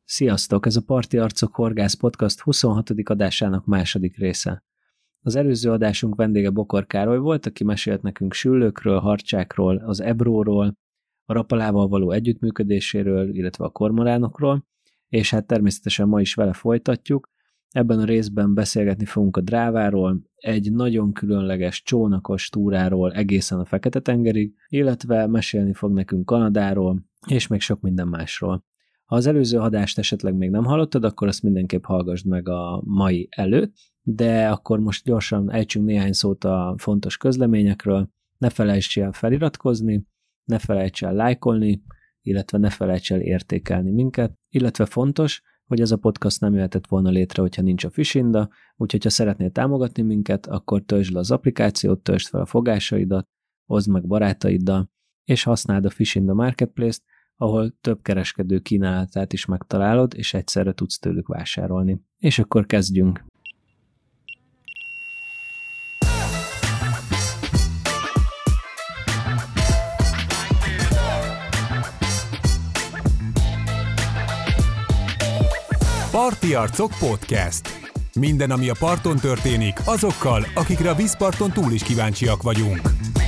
Sziasztok! Ez a Parti Arcok Horgász Podcast 26. adásának második része. Az előző adásunk vendége Bokor Károly volt, aki mesélt nekünk süllőkről, harcsákról, az ebróról, a rapalával való együttműködéséről, illetve a kormoránokról, és hát természetesen ma is vele folytatjuk. Ebben a részben beszélgetni fogunk a dráváról, egy nagyon különleges csónakos túráról egészen a Fekete-tengerig, illetve mesélni fog nekünk Kanadáról, és még sok minden másról. Ha az előző adást esetleg még nem hallottad, akkor azt mindenképp hallgassd meg a mai előtt, de akkor most gyorsan ejtsünk néhány szót a fontos közleményekről. Ne felejts el feliratkozni, ne felejts el lájkolni, illetve ne felejts el értékelni minket, illetve fontos, hogy ez a podcast nem jöhetett volna létre, hogyha nincs a Fishinda, úgyhogy ha szeretnél támogatni minket, akkor töltsd le az applikációt, töltsd fel a fogásaidat, oszd meg barátaiddal, és használd a Fishinda Marketplace-t, ahol több kereskedő kínálatát is megtalálod, és egyszerre tudsz tőlük vásárolni. És akkor kezdjünk! Parti Arcok Podcast. Minden, ami a parton történik, azokkal, akikre a vízparton túl is kíváncsiak vagyunk.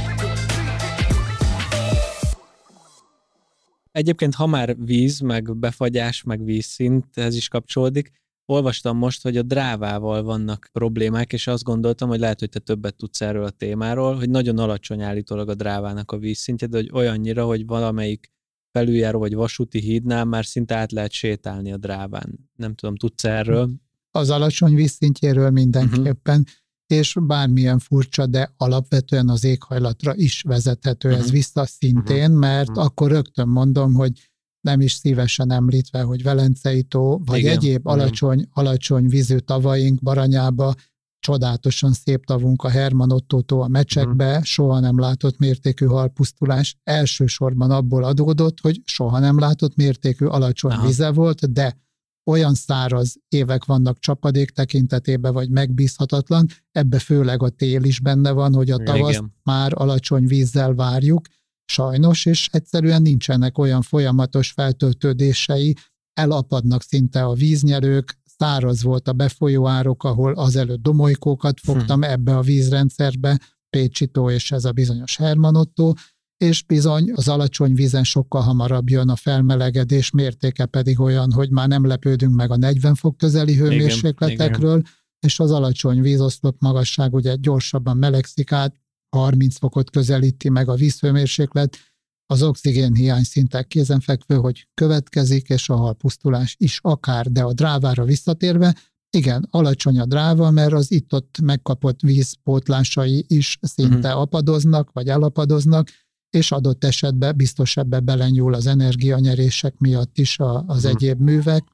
Egyébként, ha már víz, meg befagyás, meg vízszint, ez is kapcsolódik. Olvastam most, hogy a drávával vannak problémák, és azt gondoltam, hogy lehet, hogy te többet tudsz erről a témáról, hogy nagyon alacsony állítólag a drávának a vízszintje, de hogy olyannyira, hogy valamelyik felüljáró vagy vasúti hídnál már szinte át lehet sétálni a dráván. Nem tudom, tudsz erről? Az alacsony vízszintjéről mindenképpen, és bármilyen furcsa, de alapvetően az éghajlatra is vezethető ez vissza szintén, mert akkor rögtön mondom, hogy nem is szívesen említve, hogy Velencei tó, vagy egyéb alacsony vízű tavaink Baranyába, csodálatosan szép tavunk a Herman Otto tó a Mecsekbe, soha nem látott mértékű halpusztulás. Elsősorban abból adódott, hogy soha nem látott mértékű alacsony vize volt, de olyan száraz évek vannak csapadék tekintetében, vagy megbízhatatlan, ebbe főleg a tél is benne van, hogy a tavaszt már alacsony vízzel várjuk, sajnos, és egyszerűen nincsenek olyan folyamatos feltöltődései, elapadnak szinte a víznyelők, száraz volt a befolyóárok, ahol azelőtt domolykókat fogtam ebbe a vízrendszerbe, Pécsi tó és ez a bizonyos Herman Otto, és bizony az alacsony vízen sokkal hamarabb jön a felmelegedés, mértéke pedig olyan, hogy már nem lepődünk meg a 40 fok közeli hőmérsékletekről, és az alacsony vízoszlop magasság ugye gyorsabban melegszik át, 30 fokot közelíti meg a vízhőmérséklet, az oxigénhiány szintek kézenfekvő, hogy következik, és a halpusztulás is akár, de a drávára visszatérve, igen, alacsony a dráva, mert az itt-ott megkapott vízpótlásai is szinte apadoznak, vagy elapadoznak, és adott esetben biztos ebbe belenyúl az energianyerések miatt is az egyéb művek,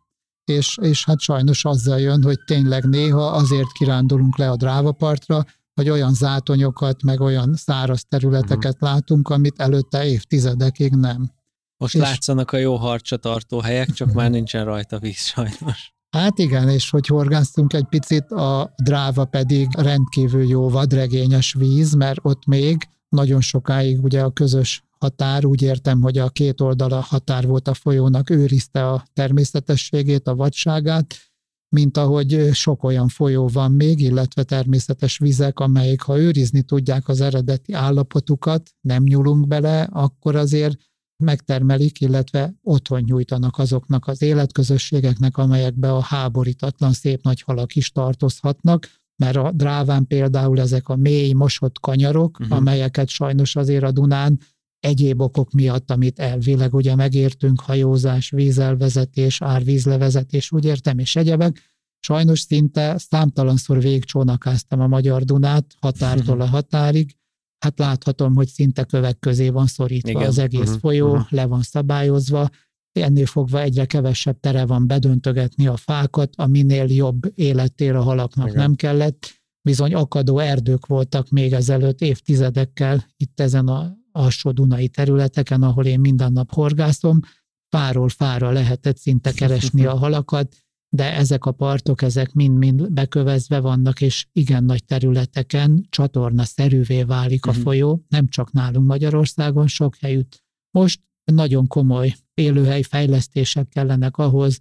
és hát sajnos azzal jön, hogy tényleg néha azért kirándulunk le a drávapartra, hogy olyan zátonyokat, meg olyan száraz területeket látunk, amit előtte évtizedekig nem. Most látszanak a jó harcsatartó helyek, csak már nincsen rajta víz sajnos. Hát igen, és hogy horgásztunk egy picit, a dráva pedig rendkívül jó vadregényes víz, mert ott még nagyon sokáig ugye a közös határ, úgy értem, hogy a két oldala határ volt a folyónak, őrizte a természetességét, a vadságát, mint ahogy sok olyan folyó van még, illetve természetes vizek, amelyek ha őrizni tudják az eredeti állapotukat, nem nyúlunk bele, akkor azért megtermelik, illetve otthon nyújtanak azoknak az életközösségeknek, amelyekbe a háborítatlan szép nagy halak is tartozhatnak, mert a dráván például ezek a mély, mosott kanyarok, amelyeket sajnos azért a Dunán egyéb okok miatt, amit elvileg ugye megértünk, hajózás, vízelvezetés, árvízlevezetés, úgy értem, és egyebek, sajnos szinte számtalanszor végigcsónakáztam a Magyar Dunát, határtól a határig, hát láthatom, hogy szinte kövek közé van szorítva az egész folyó, le van szabályozva, ennél fogva egyre kevesebb tere van bedöntögetni a fákat, a minél jobb élettér a halaknak nem kellett. Bizony akadó erdők voltak még ezelőtt évtizedekkel itt ezen a alsó dunai területeken, ahol én minden nap horgászom. Fáról fára lehetett szinte keresni a halakat, de ezek a partok, ezek mind-mind bekövezve vannak, és igen nagy területeken csatornaszerűvé válik a folyó, nem csak nálunk Magyarországon, sok helyütt. Most nagyon komoly élőhely fejlesztések kellenek ahhoz,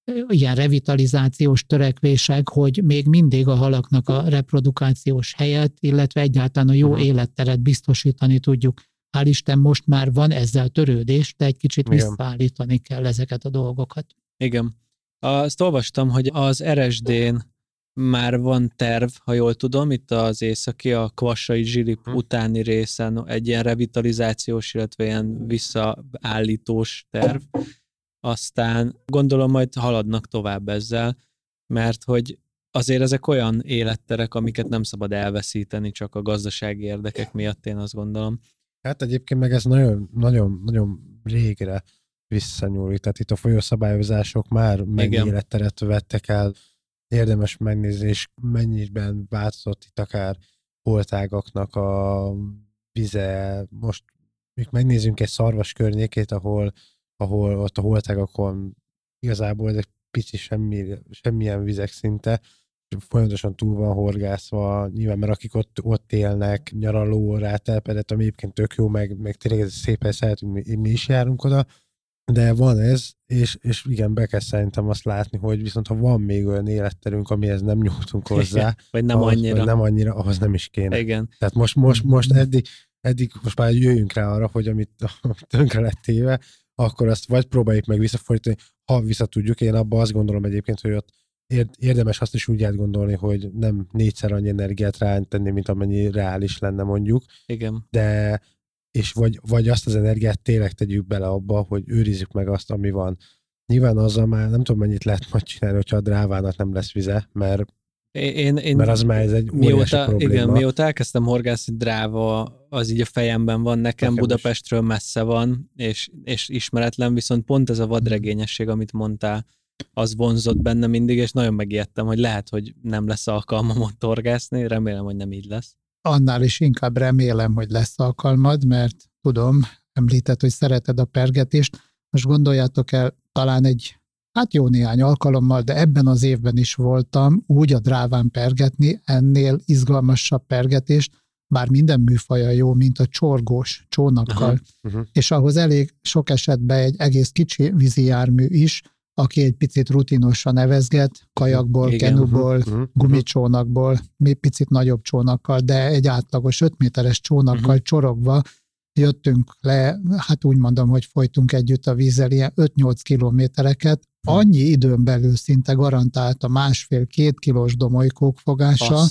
ilyen revitalizációs törekvések, hogy még mindig a halaknak a reprodukációs helyet, illetve egyáltalán a jó életteret biztosítani tudjuk. Hál' Isten most már van ezzel törődés, de egy kicsit visszaállítani kell ezeket a dolgokat. Igen. Azt olvastam, hogy az RSD-n már van terv, ha jól tudom, itt az északi, a Kvassai Zsilip utáni részen egy ilyen revitalizációs, illetve ilyen visszaállítós terv. Aztán gondolom majd haladnak tovább ezzel, mert hogy azért ezek olyan életterek, amiket nem szabad elveszíteni csak a gazdasági érdekek miatt, én azt gondolom. Hát egyébként meg ez nagyon régre visszanyúlik, tehát itt a folyószabályozások már mennyi életteret vettek el, érdemes megnézni, és mennyiben változott itt akár holtágaknak a vize. Most megnézzünk egy szarvas környékét, ahol ott a holtágakon igazából egy pici semmilyen vizek szinte, folyamatosan túl van horgászva, nyilván, mert akik ott élnek, nyaraló rátelepedett, ami egyébként tök jó, meg tényleg ez szépen szeretünk, mi is járunk oda, de van ez, és igen, be kell szerintem azt látni, hogy viszont ha van még olyan életterünk, amihez nem nyújtunk hozzá, vagy nem annyira, ahhoz nem is kéne. Igen. Tehát most eddig most már jöjjünk rá arra, hogy amit tönkre lett téve, akkor azt vagy próbáljuk meg visszafordítani, ha vissza tudjuk. Én abban azt gondolom egyébként, hogy ott érdemes azt is úgy átgondolni, hogy nem 4-szer annyi energiát rátenni, mint amennyi reális lenne mondjuk. Igen. De és vagy azt az energiát tényleg tegyük bele abba, hogy őrizzük meg azt, ami van. Nyilván azzal már nem tudom, mennyit lehet majd csinálni, hogyha a drávának nem lesz vize, mert az már ez egy óriási probléma. Igen, mióta elkezdtem horgászni, dráva az így a fejemben van, nekem Budapestről messze van, és ismeretlen, viszont pont ez a vadregényesség, amit mondtál, az vonzott benne mindig, és nagyon megijedtem, hogy lehet, hogy nem lesz alkalmam ott horgászni, remélem, hogy nem így lesz. Annál is inkább remélem, hogy lesz alkalmad, mert tudom, említed, hogy szereted a pergetést. Most gondoljátok el, talán jó néhány alkalommal, de ebben az évben is voltam úgy a dráván pergetni, ennél izgalmasabb pergetést, bár minden műfaja jó, mint a csorgós csónakkal. És ahhoz elég sok esetben egy egész kicsi vízi jármű is, aki egy picit rutinosan nevezget, kajakból, kenuból, gumicsónakból, még picit nagyobb csónakkal, de egy átlagos 5 méteres csónakkal csorogva jöttünk le, hát úgy mondom, hogy folytunk együtt a vízzel ilyen 5-8 kilométereket, annyi időn belül szinte garantált a 1,5-2 kilós domolykók fogása,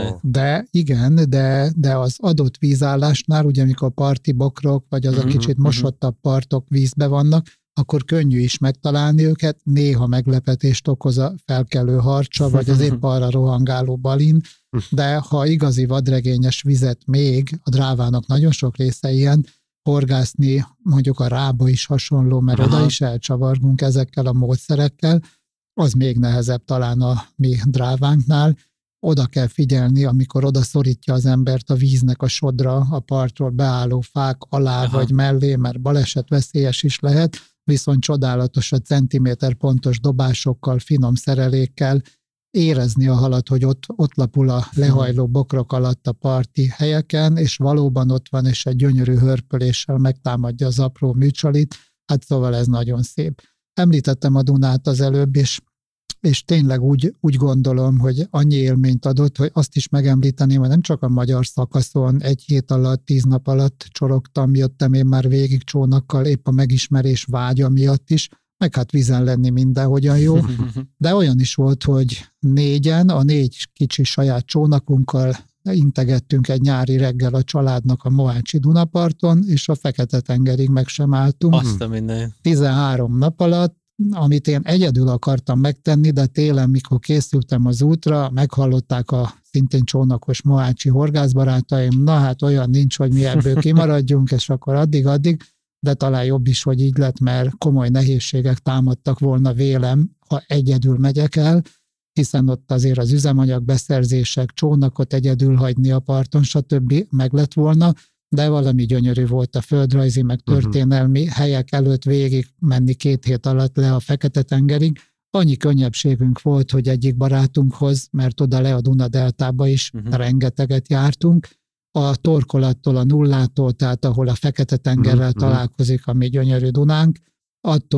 de igen, de az adott vízállásnál, ugye amikor parti bokrok, vagy az a kicsit mosottabb partok vízbe vannak, akkor könnyű is megtalálni őket, néha meglepetést okoz a felkelő harcsa, vagy az épp arra rohangáló balin, de ha igazi vadregényes vizet még, a drávának nagyon sok része ilyen, horgászni, mondjuk a rába is hasonló, mert oda is elcsavargunk ezekkel a módszerekkel, az még nehezebb talán a mi drávánknál. Oda kell figyelni, amikor oda szorítja az embert a víznek a sodra a partról beálló fák alá vagy mellé, mert baleset veszélyes is lehet, viszont csodálatos a centiméter pontos dobásokkal, finom szerelékkel érezni a halat, hogy ott lapul a lehajló bokrok alatt a parti helyeken, és valóban ott van, és egy gyönyörű hörpöléssel megtámadja az apró műcsalit. Hát szóval ez nagyon szép. Említettem a Dunát az előbb, és tényleg úgy gondolom, hogy annyi élményt adott, hogy azt is megemlíteném, hogy nem csak a magyar szakaszon 1 hét alatt, 10 nap alatt csorogtam, jöttem én már végig csónakkal, épp a megismerés vágya miatt is, meg hát vízen lenni mindenhogyan jó, de olyan is volt, hogy 4-en, a 4 kicsi saját csónakunkkal integettünk egy nyári reggel a családnak a Mohácsi Dunaparton, és a Fekete-tengerig meg sem álltunk. 13 nap alatt, amit én egyedül akartam megtenni, de télen, mikor készültem az útra, meghallották a szintén csónakos mohácsi horgászbarátaim, na hát olyan nincs, hogy mi ebből kimaradjunk, és akkor addig, de talán jobb is, hogy így lett, mert komoly nehézségek támadtak volna vélem, ha egyedül megyek el, hiszen ott azért az üzemanyag beszerzések, csónakot egyedül hagyni a parton, stb. Meg lett volna, de valami gyönyörű volt a földrajzi, meg történelmi helyek előtt végig menni 2 hét alatt le a Fekete-tengerig. Annyi könnyebbségünk volt, hogy egyik barátunkhoz, mert oda le a Duna-deltába is rengeteget jártunk, a torkolattól, a Nullától, tehát ahol a Fekete-tengerrel találkozik a mi gyönyörű Dunánk, attól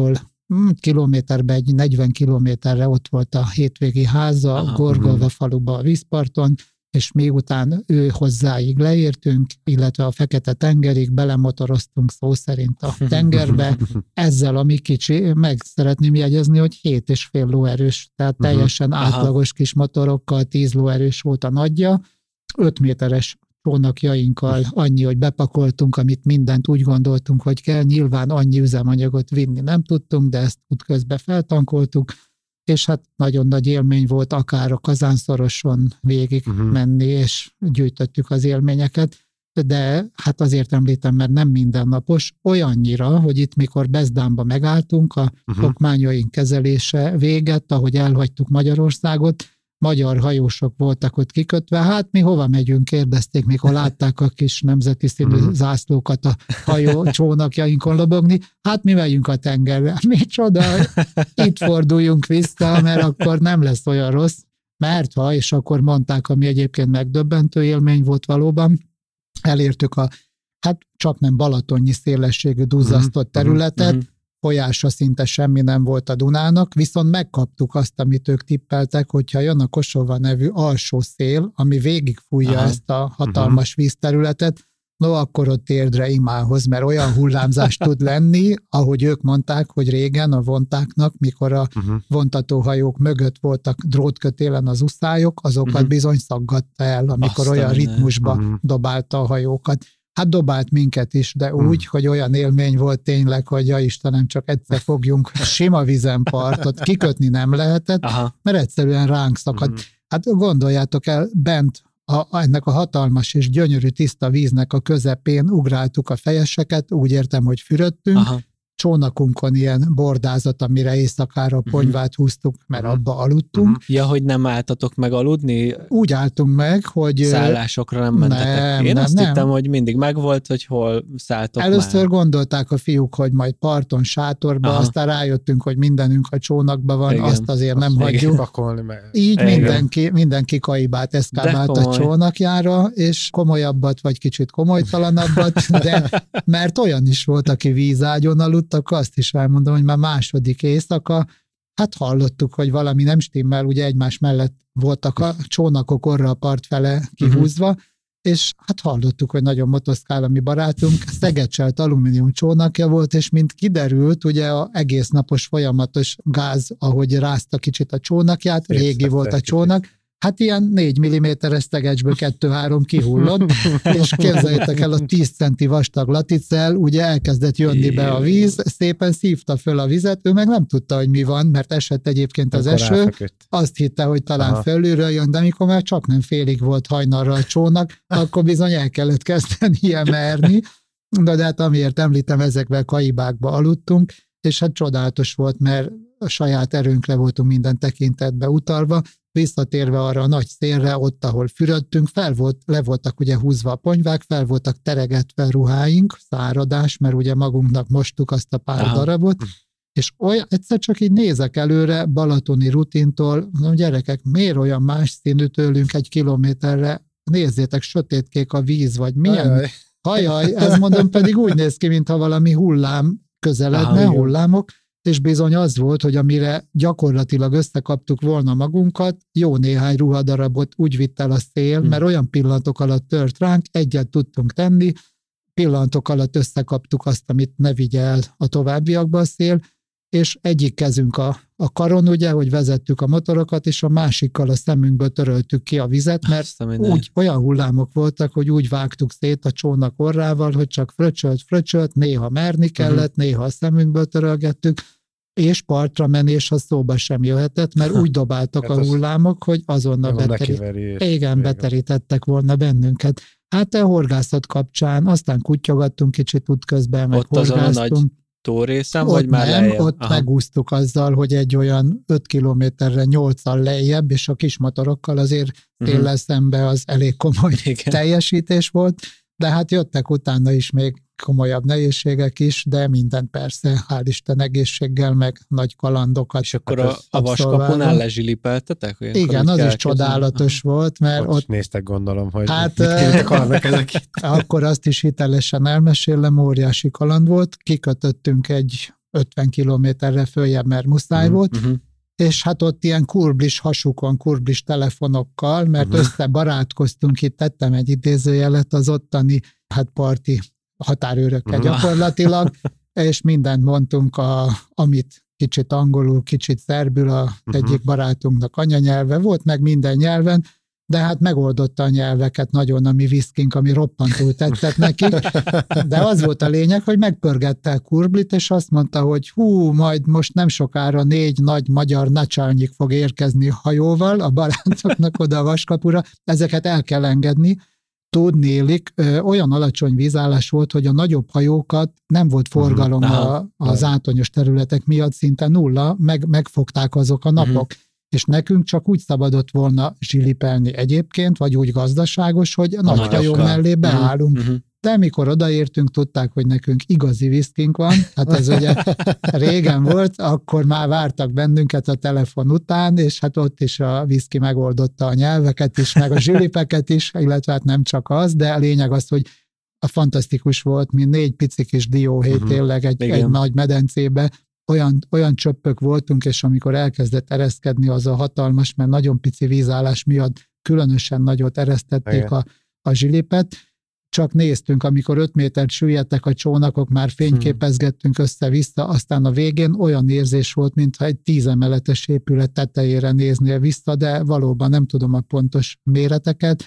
kilométerbe, egy 40 kilométerre ott volt a hétvégi háza, Gorgolva faluba a vízparton, és miután ő hozzáig leértünk, illetve a Fekete-tengerig belemotoroztunk szó szerint a tengerbe, ezzel a mi kicsi, meg szeretném jegyezni, hogy 7,5 lóerős, tehát teljesen átlagos kis motorokkal 10 lóerős volt a nagyja, 5 méteres csónakjainkkal annyi, hogy bepakoltunk, amit mindent úgy gondoltunk, hogy kell, nyilván annyi üzemanyagot vinni nem tudtunk, de ezt útközben feltankoltuk, és hát nagyon nagy élmény volt akár a Kazánszoroson végig menni, és gyűjtöttük az élményeket, de hát azért említem, mert nem mindennapos, olyannyira, hogy itt mikor Bezdánba megálltunk, a okmányaink kezelése véget, ahogy elhagytuk Magyarországot, magyar hajósok voltak ott kikötve, hát mi hova megyünk, kérdezték, mikor látták a kis nemzeti színű zászlókat a hajó csónakjainkon lobogni, hát mi megyünk a tengerbe. Micsoda, itt forduljunk vissza, mert akkor nem lesz olyan rossz, mert ha, és akkor mondták, ami egyébként megdöbbentő élmény volt valóban, elértük a, hát csak nem balatonnyi szélességű duzzasztott területet, folyása szinte semmi nem volt a Dunának, viszont megkaptuk azt, amit ők tippeltek, hogyha jön a Kosova nevű alsó szél, ami végigfújja ezt a hatalmas vízterületet, no akkor ott térdre imához, mert olyan hullámzás tud lenni, ahogy ők mondták, hogy régen a vontáknak, mikor a vontatóhajók mögött voltak drótkötélen az uszályok, azokat bizony szaggatta el, amikor olyan ritmusba dobálta a hajókat. Hát dobált minket is, de úgy, hogy olyan élmény volt tényleg, hogy ja Istenem, csak egyszer fogjunk sima vízen partot, kikötni nem lehetett, mert egyszerűen ránk szakadt. Hát gondoljátok el, bent ennek a hatalmas és gyönyörű tiszta víznek a közepén ugráltuk a fejeseket, úgy értem, hogy fürödtünk, csónakunkon ilyen bordázat, amire éjszakára ponyvát húztuk, mert abba aludtunk. Ja, hogy nem álltatok meg aludni? Úgy álltunk meg, hogy... Szállásokra nem mentetek. Én azt hittem, hogy mindig megvolt, hogy hol szálltok először már. Gondolták a fiúk, hogy majd parton, sátorba, aztán rájöttünk, hogy mindenünk a csónakban van, azt azért nem hagyjuk. Így mindenki kaibát, eszkábált a csónakjára, és komolyabbat, vagy kicsit komolytalanabbat, de mert olyan is volt, aki vízágyon aludt, akkor azt is elmondom, hogy már második éjszaka, hát hallottuk, hogy valami nem stimmel, ugye egymás mellett voltak a csónakok orra a part fele kihúzva, és hát hallottuk, hogy nagyon motoszkál a mi barátunk, szegecselt alumínium csónakja volt, és mint kiderült, ugye az egész napos folyamatos gáz, ahogy rázta kicsit a csónakját, régi volt a csónak, hát ilyen 4 mm-es szegecsből 2-3 kihullott, és képzeljétek el, a 10 centi vastag laticel, ugye elkezdett jönni be a víz, szépen szívta föl a vizet, ő meg nem tudta, hogy mi van, mert esett egyébként az eső, azt hitte, hogy talán felülről jön, de amikor már csak nem félig volt hajnalra a csónak, akkor bizony el kellett kezdeni emerni, de hát amiért említem, ezekben kaibákba aludtunk, és hát csodálatos volt, mert a saját erőnkre voltunk minden tekintetbe utalva, visszatérve arra a nagy szélre, ott, ahol fürödtünk, le voltak ugye húzva a ponyvák, fel voltak teregetve ruháink, száradás, mert ugye magunknak mostuk azt a pár darabot, és egyszer csak így nézek előre balatoni rutintól, mondom, gyerekek, miért olyan más színű tőlünk 1 kilométerre, nézzétek, sötétkék a víz, vagy milyen hajaj, ez mondom, pedig úgy néz ki, mintha valami hullám közeledne, hullámok, és bizony az volt, hogy amire gyakorlatilag összekaptuk volna magunkat, jó néhány ruhadarabot úgy vitt el a szél, mert olyan pillanatok alatt tört ránk, egyet tudtunk tenni, pillanatok alatt összekaptuk azt, amit ne vigye el a továbbiakba a szél, és egyik kezünk a karon, ugye, hogy vezettük a motorokat, és a másikkal a szemünkből töröltük ki a vizet, mert úgy olyan hullámok voltak, hogy úgy vágtuk szét a csónak orrával, hogy csak fröcsölt, néha merni kellett, néha a szemünkből törölgettük, és partra menés az szóba sem jöhetett, mert úgy dobáltak a hullámok, hogy azonnal beterítettek volna bennünket. Hát a horgászat kapcsán, aztán kuttyogattunk kicsit útközben, meg horgáztunk. Tórészen, vagy már lejjebb? Ott megúsztuk azzal, hogy egy olyan 5 kilométerre 8-al lejjebb, és a kis motorokkal azért téllel szembe az elég komoly teljesítés volt, de hát jöttek utána is még komolyabb nehézségek is, de minden persze, hál' Isten egészséggel, meg nagy kalandokat. És akkor a Vaskapunál lezsilipeltetek? Igen, az is csodálatos volt, mert ott néztek, gondolom, hogy hát, akkor azt is hitelesen elmesélem, óriási kaland volt, kikötöttünk egy 50 kilométerre följebb, mert muszáj volt, és hát ott ilyen kurblis hasukon, kurblis telefonokkal, mert összebarátkoztunk, itt tettem egy idézőjelet az ottani parti határőrökkel gyakorlatilag, és mindent mondtunk, amit kicsit angolul, kicsit szerbül, egyik barátunknak anyanyelve volt, meg minden nyelven, de hát megoldotta a nyelveket nagyon a mi viszkink, ami roppantul tetszett neki, de az volt a lényeg, hogy megpörgette a kurblit, és azt mondta, hogy majd most nem sokára 4 nagy magyar nacsálnyik fog érkezni hajóval a barátoknak oda a Vaskapura, ezeket el kell engedni. Tudnélik, olyan alacsony vízállás volt, hogy a nagyobb hajókat nem volt forgalom az átonyos területek miatt, szinte nulla, megfogták azok a napok. És nekünk csak úgy szabadott volna zsilipelni egyébként, vagy úgy gazdaságos, hogy a nagy hajó mellé beállunk. De mikor odaértünk, tudták, hogy nekünk igazi viszkink van, hát ez ugye régen volt, akkor már vártak bennünket a telefon után, és hát ott is a viszki megoldotta a nyelveket is, meg a zsilipeket is, illetve hát nem csak az, de a lényeg az, hogy fantasztikus volt, mint 4 pici kis dióhéj tényleg egy nagy medencébe, olyan csöppök voltunk, és amikor elkezdett ereszkedni az a hatalmas, mert nagyon pici vízállás miatt különösen nagyot eresztették a zsilipet, csak néztünk, amikor 5 métert süllyedtek a csónakok, már fényképezgettünk össze-vissza, aztán a végén olyan érzés volt, mintha egy 10 emeletes épület tetejére néznél vissza, de valóban nem tudom a pontos méreteket,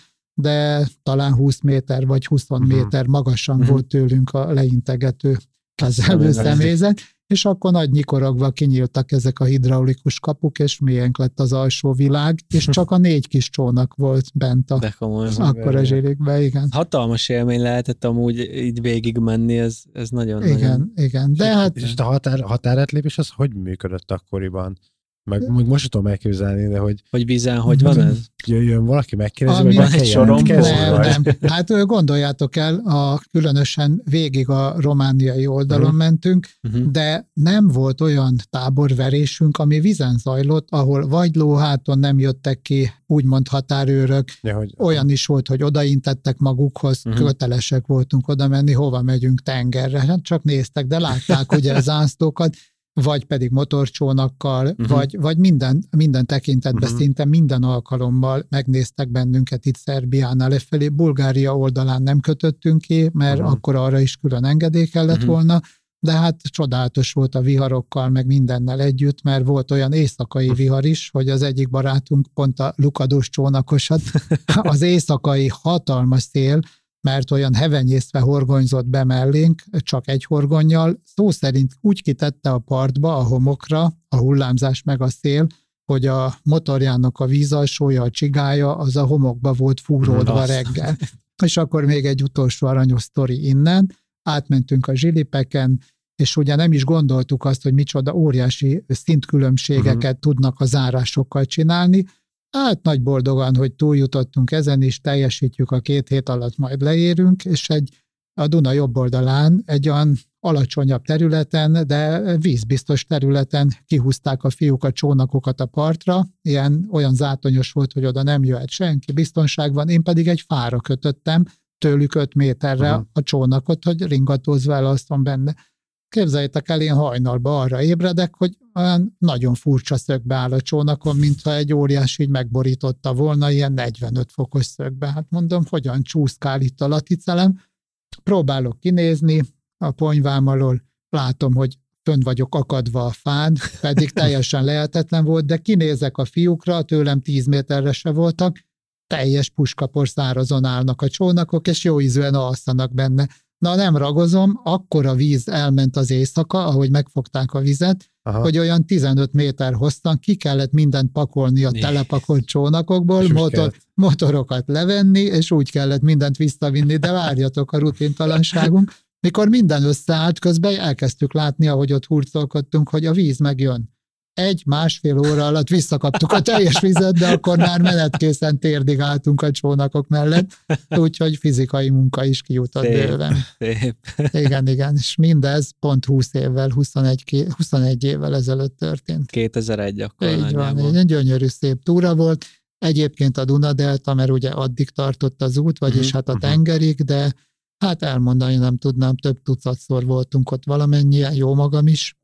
de talán 20 méter vagy 20 méter magasan volt tőlünk a leintegető kezelő személyzet, és akkor nagy nyikorogva kinyíltak ezek a hidraulikus kapuk, és miénk lett az alsó világ, és csak a 4 kis csónak volt bent akkor a zsilikbe, igen. Hatalmas élmény lehetett amúgy így végigmenni, ez nagyon. Igen. De hát... És a határátlépés az hogy működött akkoriban? Meg most tudom elképzelni, de hogy vízen hogy van ez? Jöjjön valaki, megkérdezi, hogy van egy sorom. Nem. Hát gondoljátok el, különösen végig a romániai oldalon mentünk, de nem volt olyan táborverésünk, ami vízen zajlott, ahol vagy lóháton nem jöttek ki úgymond határőrök, olyan is volt, hogy odaintettek magukhoz, kötelesek voltunk oda menni, hova megyünk, tengerre. Hát csak néztek, de látták ugye az zászlókat, vagy pedig motorcsónakkal, vagy minden tekintetben, szinte minden alkalommal megnéztek bennünket itt Szerbiánál, lefelé Bulgária oldalán nem kötöttünk ki, mert akkor arra is külön engedély kellett volna, de hát csodálatos volt a viharokkal, meg mindennel együtt, mert volt olyan éjszakai vihar is, hogy az egyik barátunk pont a lukadós csónakosat, az éjszakai hatalmas szél, mert olyan hevenyészve horgonyzott be mellénk, csak egy horgonnyal, szó szerint úgy kitette a partba, a homokra, a hullámzás meg a szél, hogy a motorjának a vízalsója, a csigája, az a homokba volt fúródva reggel. És akkor még egy utolsó aranyos sztori innen, átmentünk a zsilipeken, és ugye nem is gondoltuk azt, hogy micsoda óriási szintkülönbségeket tudnak a zárásokkal csinálni. Hát nagy boldogan, hogy túljutottunk ezen is, teljesítjük a 2 hét alatt, majd leérünk, és a Duna jobb oldalán egy olyan alacsonyabb területen, de vízbiztos területen kihúzták a fiúk a csónakokat a partra, olyan zátonyos volt, hogy oda nem jöhet senki, biztonságban, én pedig egy fára kötöttem, tőlük 5 méterre a csónakot, hogy ringatózva elalszom benne. Képzeljétek el, én hajnalba arra ébredek, hogy olyan nagyon furcsa szögbe áll a csónakon, mintha egy óriás így megborította volna, ilyen 45 fokos szögbe. Hát mondom, hogyan csúszkál itt a laticelem. Próbálok kinézni a ponyvám alól, látom, hogy fönn vagyok akadva a fán, pedig teljesen lehetetlen volt, de kinézek a fiúkra, tőlem 10 méterre se voltak, teljes puskapor szárazon állnak a csónakok, és jó ízűen alszanak benne. Na, nem ragozom, akkor a víz elment az éjszaka, ahogy megfogták a vizet, hogy olyan 15 méter hosszan ki kellett mindent pakolni a telepakolt csónakokból, motorokat levenni, és úgy kellett mindent visszavinni, de várjatok a rutintalanságunk. Mikor minden összeállt, közben elkezdtük látni, ahogy ott hurcolkodtunk, hogy a víz megjön. 1-1,5 óra alatt visszakaptuk a teljes vizet, de akkor már menetkészen térdig álltunk a csónakok mellett, úgyhogy fizikai munka is kijutott bőven. Igen, és mindez pont 21 évvel ezelőtt történt. 2001 akkor. Így van, egy gyönyörű szép túra volt. Egyébként a Duna-delta, mert ugye addig tartott az út, vagyis hát a tengerig, de hát elmondani nem tudnám, több tucatszor voltunk ott valamennyien, jó magam is.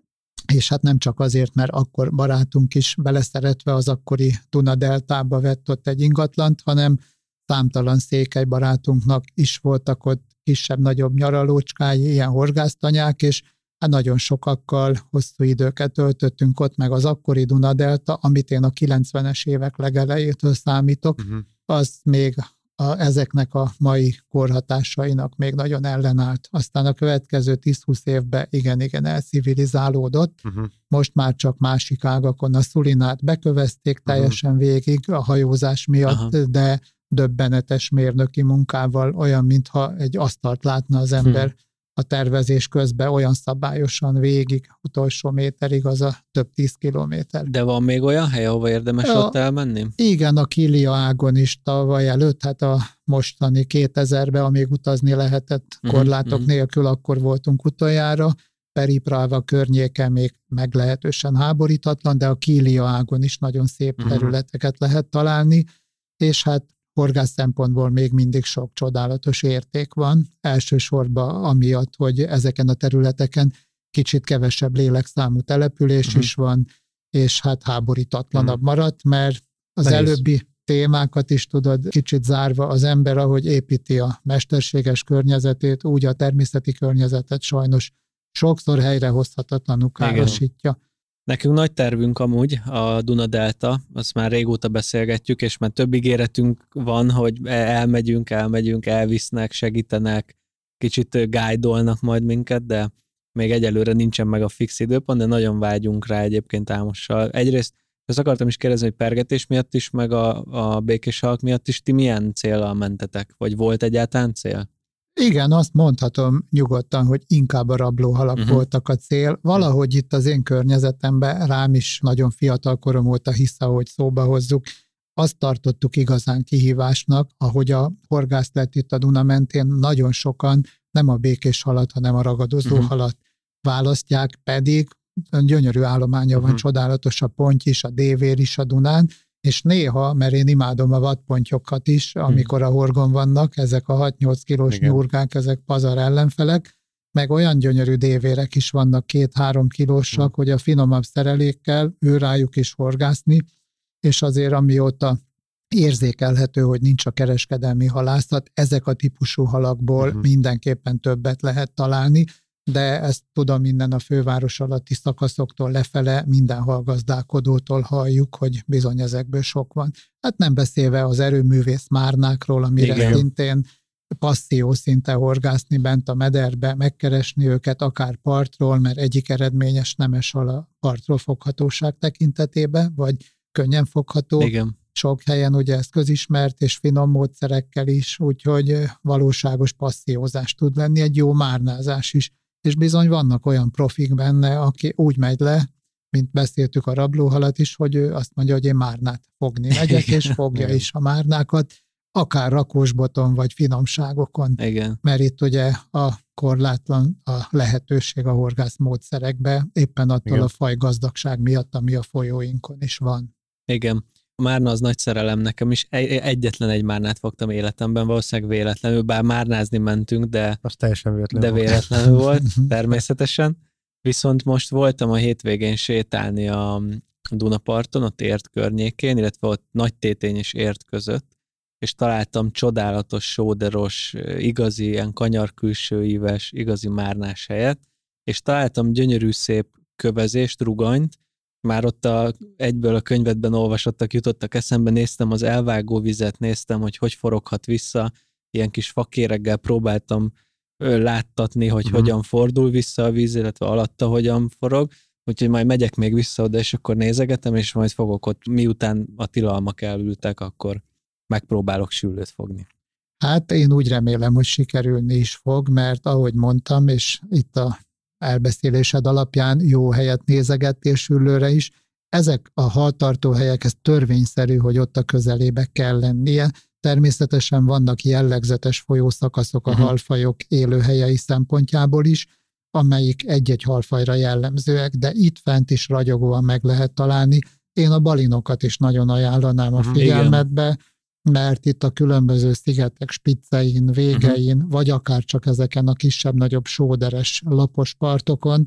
és hát nem csak azért, mert akkor barátunk is beleszeretve az akkori Duna-deltába vett ott egy ingatlant, hanem számtalan székely barátunknak is voltak ott kisebb-nagyobb nyaralócskái, ilyen horgásztanyák, és hát nagyon sokakkal hosszú időket töltöttünk ott, meg az akkori Duna-delta, amit én a 90-es évek legelejétől számítok, az még ezeknek a mai korhatásainak még nagyon ellenállt. Aztán a következő 10-20 évben igen elcivilizálódott. Most már csak másik ágakon a Szulinát bekövezték teljesen végig a hajózás miatt, de döbbenetes mérnöki munkával, olyan, mintha egy asztalt látna az ember a tervezés közben, olyan szabályosan végig, utolsó méterig, az a több 10 kilométer. De van még olyan hely, ahova érdemes ott elmenni? Igen, a Kilia ágon is tavaly előtt, hát a mostani 2000-ben, amíg utazni lehetett korlátok nélkül, akkor voltunk utoljára. Periprava környéken még meglehetősen háborítatlan, de a Kilia ágon is nagyon szép területeket lehet találni, és hát horgász szempontból még mindig sok csodálatos érték van, elsősorban amiatt, hogy ezeken a területeken kicsit kevesebb lélekszámú település is van, és hát háborítatlanabb maradt, mert az előbbi témákat is tudod, kicsit zárva az ember, ahogy építi a mesterséges környezetét, úgy a természeti környezetet sajnos sokszor helyrehozhatatlanul károsítja. Nekünk nagy tervünk amúgy a Duna-delta, azt már régóta beszélgetjük, és már több ígéretünk van, hogy elmegyünk, elvisznek, segítenek, kicsit guide-olnak majd minket, de még egyelőre nincsen meg a fix időpont, de nagyon vágyunk rá egyébként Ámossal. Egyrészt azt akartam is kérdezni, hogy pergetés miatt is, meg a békés halak miatt is, ti milyen céllal mentetek? Vagy volt egyáltalán cél? Igen, azt mondhatom nyugodtan, hogy inkább a rablóhalak voltak a cél. Valahogy itt az én környezetemben rám is nagyon fiatal korom óta hisz, ahogy szóba hozzuk. Azt tartottuk igazán kihívásnak, ahogy a horgász lett itt a Duna mentén, nagyon sokan nem a békés halat, hanem a ragadozó halat választják, pedig gyönyörű állománya van, csodálatos a ponty is, a dévér is a Dunán, és néha, mert én imádom a vadpontyokat is, amikor a horgon vannak, ezek a 6-8 kilós nyurgák, ezek pazar ellenfelek, meg olyan gyönyörű dévérek is vannak 2-3 kilósak, hogy a finomabb szerelékkel rájuk is horgászni, és azért amióta érzékelhető, hogy nincs a kereskedelmi halászat, ezek a típusú halakból mindenképpen többet lehet találni, de ezt tudom innen a főváros alatti szakaszoktól lefele, minden halgazdálkodótól halljuk, hogy bizony ezekből sok van. Hát nem beszélve az erőművész márnákról, amire szintén passzió szinte horgászni bent a mederbe, megkeresni őket akár partról, mert egyik eredményes nemes hal a partról foghatóság tekintetében, vagy könnyen fogható. Igen. Sok helyen ugye ez közismert, és finom módszerekkel is, úgyhogy valóságos passziózás tud lenni, egy jó márnázás is. És bizony vannak olyan profik benne, aki úgy megy le, mint beszéltük a rablóhalat is, hogy ő azt mondja, hogy én márnát fogni megyek, és fogja is a márnákat, akár rakósboton, vagy finomságokon. Igen. Mert itt ugye a korlátlan a lehetőség a horgász módszerekbe, éppen attól a faj gazdagság miatt, ami a folyóinkon is van. Igen. A márna az nagy szerelem nekem is. Egyetlen egy márnát fogtam életemben, valószínűleg véletlenül, bár márnázni mentünk, de, az teljesen véletlenül volt, természetesen. Viszont most voltam a hétvégén sétálni a Dunaparton, ott Érd környékén, illetve ott Nagytétény és Érd között, és találtam csodálatos, sóderos, igazi, ilyen kanyarkülsőíves, igazi márnás helyet, és találtam gyönyörű szép kövezést, ruganyt. Már ott egyből a könyvedben olvasottak, jutottak eszembe, néztem az elvágó vizet, néztem, hogy foroghat vissza, ilyen kis fakéreggel próbáltam láttatni, hogy hogyan fordul vissza a víz, illetve alatta hogyan forog, úgyhogy majd megyek még vissza oda, és akkor nézegetem, és majd fogok ott, miután a tilalmak elültek, akkor megpróbálok süllőt fogni. Hát én úgy remélem, hogy sikerülni is fog, mert ahogy mondtam, és itt a elbeszélésed alapján jó helyet nézegettél süllőre is. Ezek a haltartó helyek, ez törvényszerű, hogy ott a közelébe kell lennie. Természetesen vannak jellegzetes folyószakaszok a halfajok élőhelyei szempontjából is, amelyik egy-egy halfajra jellemzőek, de itt fent is ragyogóan meg lehet találni. Én a balinokat is nagyon ajánlanám a figyelmetbe, mert itt a különböző szigetek spiccein, végein, vagy akár csak ezeken a kisebb-nagyobb sóderes lapos partokon,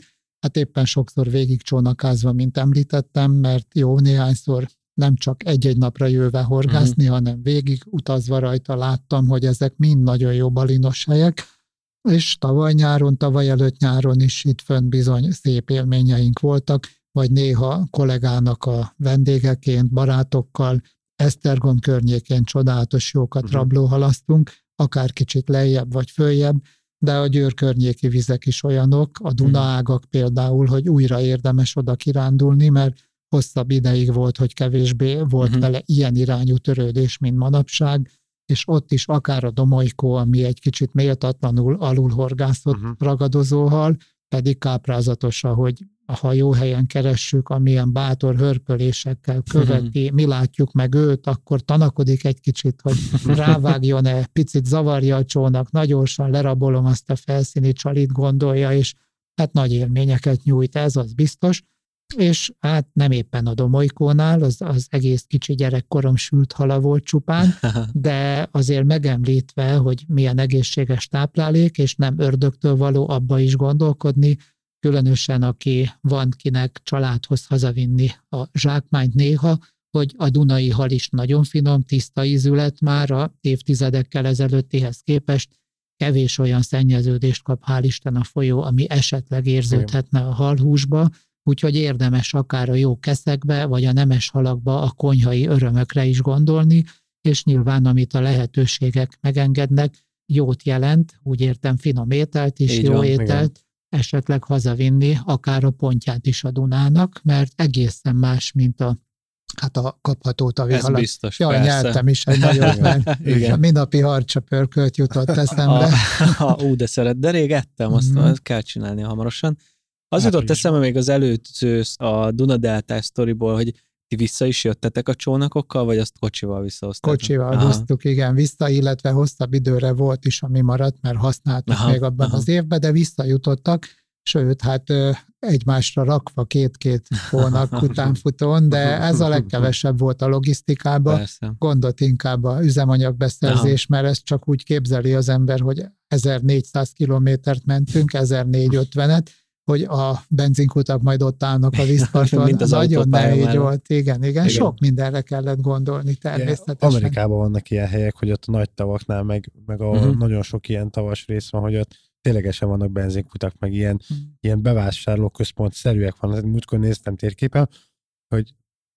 hát éppen sokszor végig csónakázva, mint említettem, mert jó néhányszor nem csak egy-egy napra jöve horgászni, hanem végig utazva rajta láttam, hogy ezek mind nagyon jó balinos helyek, és tavaly előtt nyáron is itt fönn bizony szép élményeink voltak, vagy néha kollégának a vendégeként, barátokkal, Esztergom környékén csodálatos jókat rablóhalasztunk, akár kicsit lejjebb vagy följebb, de a Győr környéki vizek is olyanok, a Dunaágak például, hogy újra érdemes oda kirándulni, mert hosszabb ideig volt, hogy kevésbé volt vele ilyen irányú törődés, mint manapság, és ott is akár a Domolykó, ami egy kicsit méltatlanul alulhorgászott ragadozóhal, pedig káprázatos, hogy ha jó helyen keressük, amilyen bátor hörpölésekkel követi, mi látjuk meg őt, akkor tanakodik egy kicsit, hogy rávágjon-e, picit zavarja a csónak, nagyon gyorsan lerabolom azt a felszíni csalit, gondolja, és hát nagy élményeket nyújt ez, az biztos. És hát nem éppen a Domolykónál, az egész kicsi gyerekkorom sült hala volt csupán, de azért megemlítve, hogy milyen egészséges táplálék, és nem ördögtől való abba is gondolkodni, különösen aki van kinek családhoz hazavinni a zsákmányt néha, hogy a dunai hal is nagyon finom, tiszta ízű lett már a évtizedekkel ezelőttihez képest, kevés olyan szennyeződést kap, hál' Isten, a folyó, ami esetleg érződhetne a halhúsba, úgyhogy érdemes akár a jó keszekbe, vagy a nemes halakba a konyhai örömökre is gondolni, és nyilván, amit a lehetőségek megengednek, jót jelent, úgy értem finom ételt is, jó ételt, esetleg hazavinni, akár a pontját is a Dunának, mert egészen más, mint a kapható tavihalat. Ez biztos, jaj, nyertem is egy nagyot, mert a minapi harcsa pörkölt jutott eszembe. De szeret, de rég ettem, azt kell csinálni hamarosan. Az jutott eszembe még az előző a Dunadeltás sztoriból, hogy ti vissza is jöttetek a csónakokkal, vagy azt kocsival visszahoztatok? Kocsival hoztuk, igen, vissza, illetve hosszabb időre volt is, ami maradt, mert használtuk még abban az évben, de visszajutottak, sőt, hát egymásra rakva két-két hónap utánfutón, de ez a legkevesebb volt a logisztikában, gondot inkább a üzemanyagbeszerzés, mert ezt csak úgy képzeli az ember, hogy 1400 kilométert mentünk, 1450-et, hogy a benzinkutak majd ott állnak a vízparton. Nagyon nehéz volt, igen. Sok mindenre kellett gondolni természetesen. Amerikában vannak ilyen helyek, hogy ott a nagy tavaknál, meg nagyon sok ilyen tavas rész van, hogy ott ténylegesen vannak benzinkutak, meg ilyen bevásárlóközpont-szerűek vannak. Múltkor néztem térképen, hogy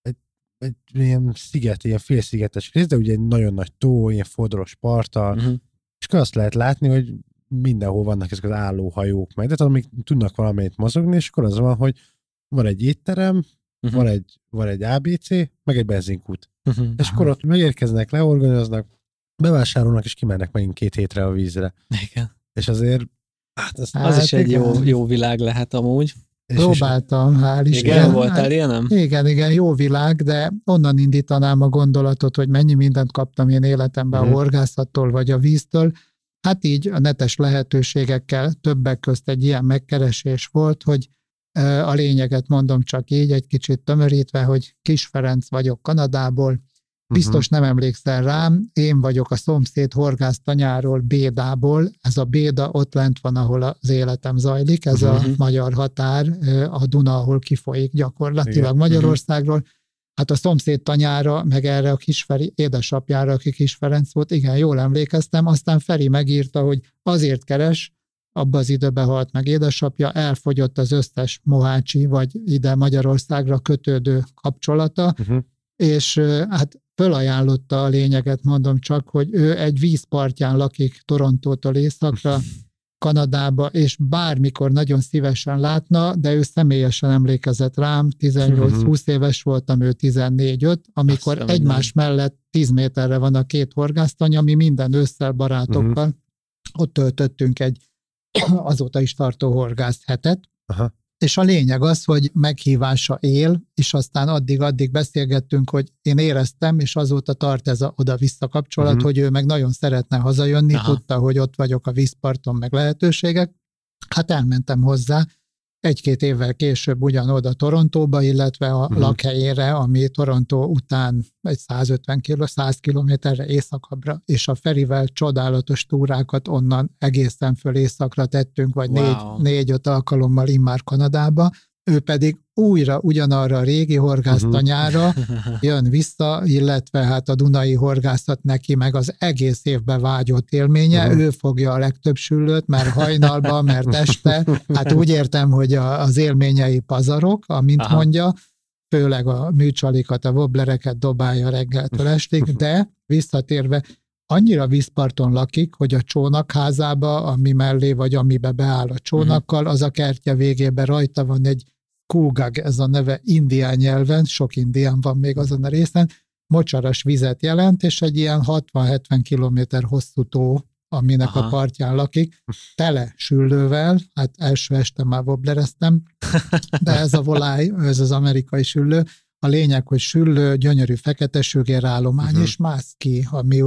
egy ilyen sziget, ilyen félszigetes rész, de ugye egy nagyon nagy tó, ilyen fodros parttal, és akkor azt lehet látni, hogy mindenhol vannak ezek az állóhajók meg, de amik tudnak valamelyet mozogni, és akkor az van, hogy van egy étterem, van egy ABC, meg egy benzinkút. És akkor ott megérkeznek, leorganiznak, bevásárolnak, és kimennek megint 2 hétre a vízre. Igen. És azért az is egy jó világ lehet amúgy. Próbáltam, hál' Isten. Igen, voltál ilyen, nem? Igen, jó világ, de onnan indítanám a gondolatot, hogy mennyi mindent kaptam én életemben a horgászattól, vagy a víztől. Hát így a netes lehetőségekkel többek közt egy ilyen megkeresés volt, hogy a lényeget mondom csak így, egy kicsit tömörítve, hogy Kis Ferenc vagyok Kanadából, biztos nem emlékszel rám, én vagyok a szomszéd horgásztanyáról, Bédából, ez a Béda ott lent van, ahol az életem zajlik, ez a magyar határ, a Duna, ahol kifolyik gyakorlatilag Magyarországról. Hát a szomszéd tanyára, meg erre a Kisferi édesapjára, aki Kis Ferenc volt, igen, jól emlékeztem, aztán Feri megírta, hogy azért keres, abban az időben halt meg édesapja, elfogyott az összes mohácsi, vagy ide Magyarországra kötődő kapcsolata, és hát fölajánlotta a lényeget, mondom csak, hogy ő egy vízpartján lakik Torontótól északra, Kanadába, és bármikor nagyon szívesen látna, de ő személyesen emlékezett rám, 18-20 éves voltam, ő 14-5, amikor egymás mellett 10 méterre van a 2 horgásztanya, ami minden ősszel barátokkal ott töltöttünk egy azóta is tartó horgász hetet, és a lényeg az, hogy meghívása él, és aztán addig beszélgettünk, hogy én éreztem, és azóta tart ez a oda-vissza kapcsolat, hogy ő meg nagyon szeretne hazajönni, tudta, hogy ott vagyok a vízparton, meg lehetőségek. Hát elmentem hozzá, 1-2 évvel később ugyanoda Torontóba, illetve a lakhelyére, ami Torontó után egy 100 kilométerre északabbra, és a Ferivel csodálatos túrákat onnan egészen föl északra tettünk, vagy 4-5 alkalommal immár Kanadába. Ő pedig újra ugyanarra a régi horgásztanyára jön vissza, illetve hát a dunai horgászat neki meg az egész évben vágyott élménye. Ő fogja a legtöbb süllőt, mert hajnalban, mert este. Hát úgy értem, hogy az élményei pazarok, amint mondja, főleg a műcsalikat, a wobblereket dobálja reggeltől estig, de visszatérve annyira vízparton lakik, hogy a csónakházába, ami mellé vagy amibe beáll a csónakkal, az a kertje végében rajta van egy Kúgag, ez a neve indián nyelven, sok indián van még azon a részen, mocsaras vizet jelent, és egy ilyen 60-70 kilométer hosszú tó, aminek a partján lakik, tele süllővel, hát első este már wobblereztem, de ez a voláj, ez az amerikai süllő, a lényeg, hogy süllő, gyönyörű fekete sügérállomány, és mászki, ami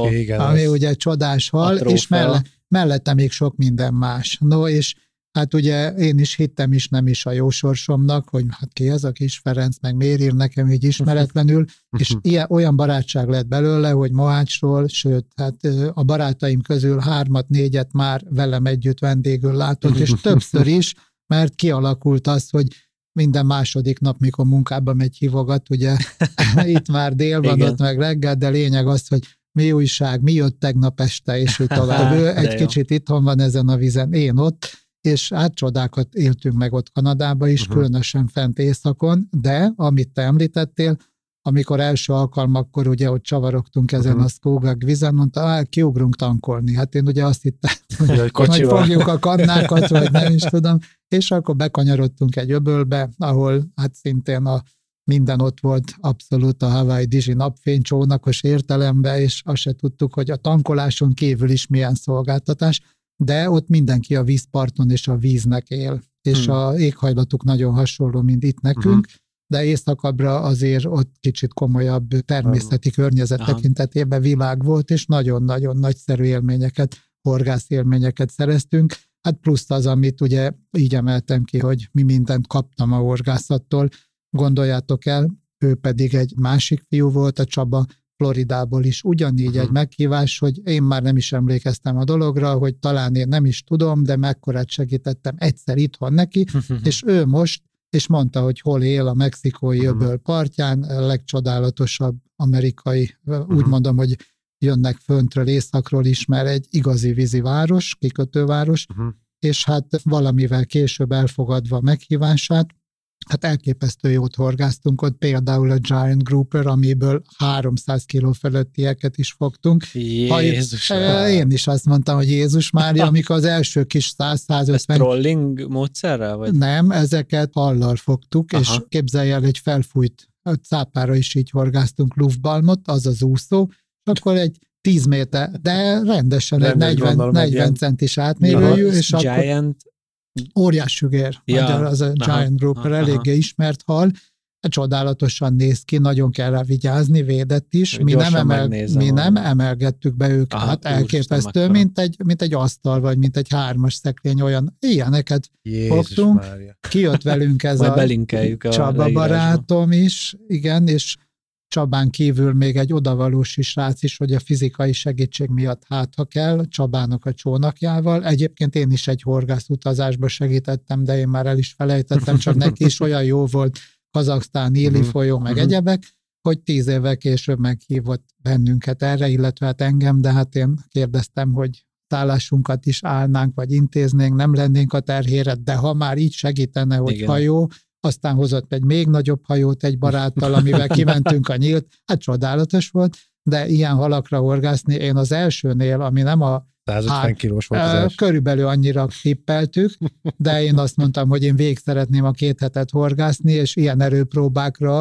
ugye csodás hal, és mellette még sok minden más. No, és hát ugye én is hittem is, nem is a jó sorsomnak, hogy hát ki ez a kis Ferenc, meg miért ír nekem így ismeretlenül, és olyan barátság lett belőle, hogy Mohácsról, sőt, hát a barátaim közül 3-4 már velem együtt vendégül látott, és többször is, mert kialakult az, hogy minden második nap, mikor munkába megy, hívogat, ugye itt már dél van, ott meg reggel, de lényeg az, hogy mi újság, mi jött tegnap este, és úgy tovább. Ő egy kicsit itthon van ezen a vízen, én ott, és hát csodákat éltünk meg ott Kanadában is, különösen fent északon, de amit te említettél, amikor első alkalmakkor ugye ott csavarogtunk ezen a Skogag vizen, mondta, kiugrunk tankolni. Hát én ugye azt hittem, hogy fogjuk a kannákat, vagy nem is tudom, és akkor bekanyarodtunk egy öbölbe, ahol hát szintén minden ott volt, abszolút a Hawaii Dizsi napfénycsónakos értelemben, és azt se tudtuk, hogy a tankoláson kívül is milyen szolgáltatás, de ott mindenki a vízparton és a víznek él, és a éghajlatuk nagyon hasonló, mint itt nekünk, de északabbra azért ott kicsit komolyabb természeti környezet tekintetében világ volt, és nagyon-nagyon nagyszerű élményeket, horgászélményeket szereztünk. Hát plusz az, amit ugye így emeltem ki, hogy mi mindent kaptam a horgászattól. Gondoljátok el, ő pedig egy másik fiú volt, a Csaba, Floridából is ugyanígy egy meghívás, hogy én már nem is emlékeztem a dologra, hogy talán én nem is tudom, de mekkorát segítettem egyszer itthon neki, és ő most, és mondta, hogy hol él a mexikói öböl partján, a legcsodálatosabb amerikai, úgy mondom, hogy jönnek föntről, északról is, mert egy igazi víziváros, kikötőváros, és hát valamivel később elfogadva a meghívását, hát elképesztő jót horgáztunk ott, például a Giant Grouper, amiből 300 kiló fölöttieket is fogtunk. Jézus! Én is azt mondtam, hogy Jézus Mária, amikor az első kis 100-150... Ez trolling módszerrel? Vagy? Nem, ezeket hallal fogtuk, és képzelj el, egy felfújt cápára is így horgáztunk luftbalmot, az az úszó, akkor egy 10 méter, de rendesen egy 40 centis átmérőjű, és Giant... akkor óriás sügér, az a Giant Grouper, eléggé ismert hal, csodálatosan néz ki, nagyon kell rá vigyázni, védett is, mi nem emelgettük be őket, hát elképesztő, mint egy asztal, vagy mint egy 3-as szekrény, olyan ilyeneket fogtunk. Kijött velünk ez a Csaba barátom is, igen, és Csabán kívül még egy odavalósi srác is, hogy a fizikai segítség miatt ha kell, Csabának a csónakjával. Egyébként én is egy horgászutazásba segítettem, de én már el is felejtettem, csak neki is olyan jó volt Kazaksztán, Éli folyó, meg egyebek, hogy 10 évvel később meghívott bennünket erre, illetve hát engem, de hát én kérdeztem, hogy szállásunkat is állnánk, vagy intéznénk, nem lennénk a terhére, de ha már így segítene, hogy hajó, aztán hozott egy még nagyobb hajót egy baráttal, amivel kimentünk a nyílt, hát csodálatos volt, de ilyen halakra horgászni, én az elsőnél, ami nem a 150 kilós volt az első. Körülbelül annyira tippeltük, de én azt mondtam, hogy én végig szeretném a 2 hetet horgászni, és ilyen erőpróbákra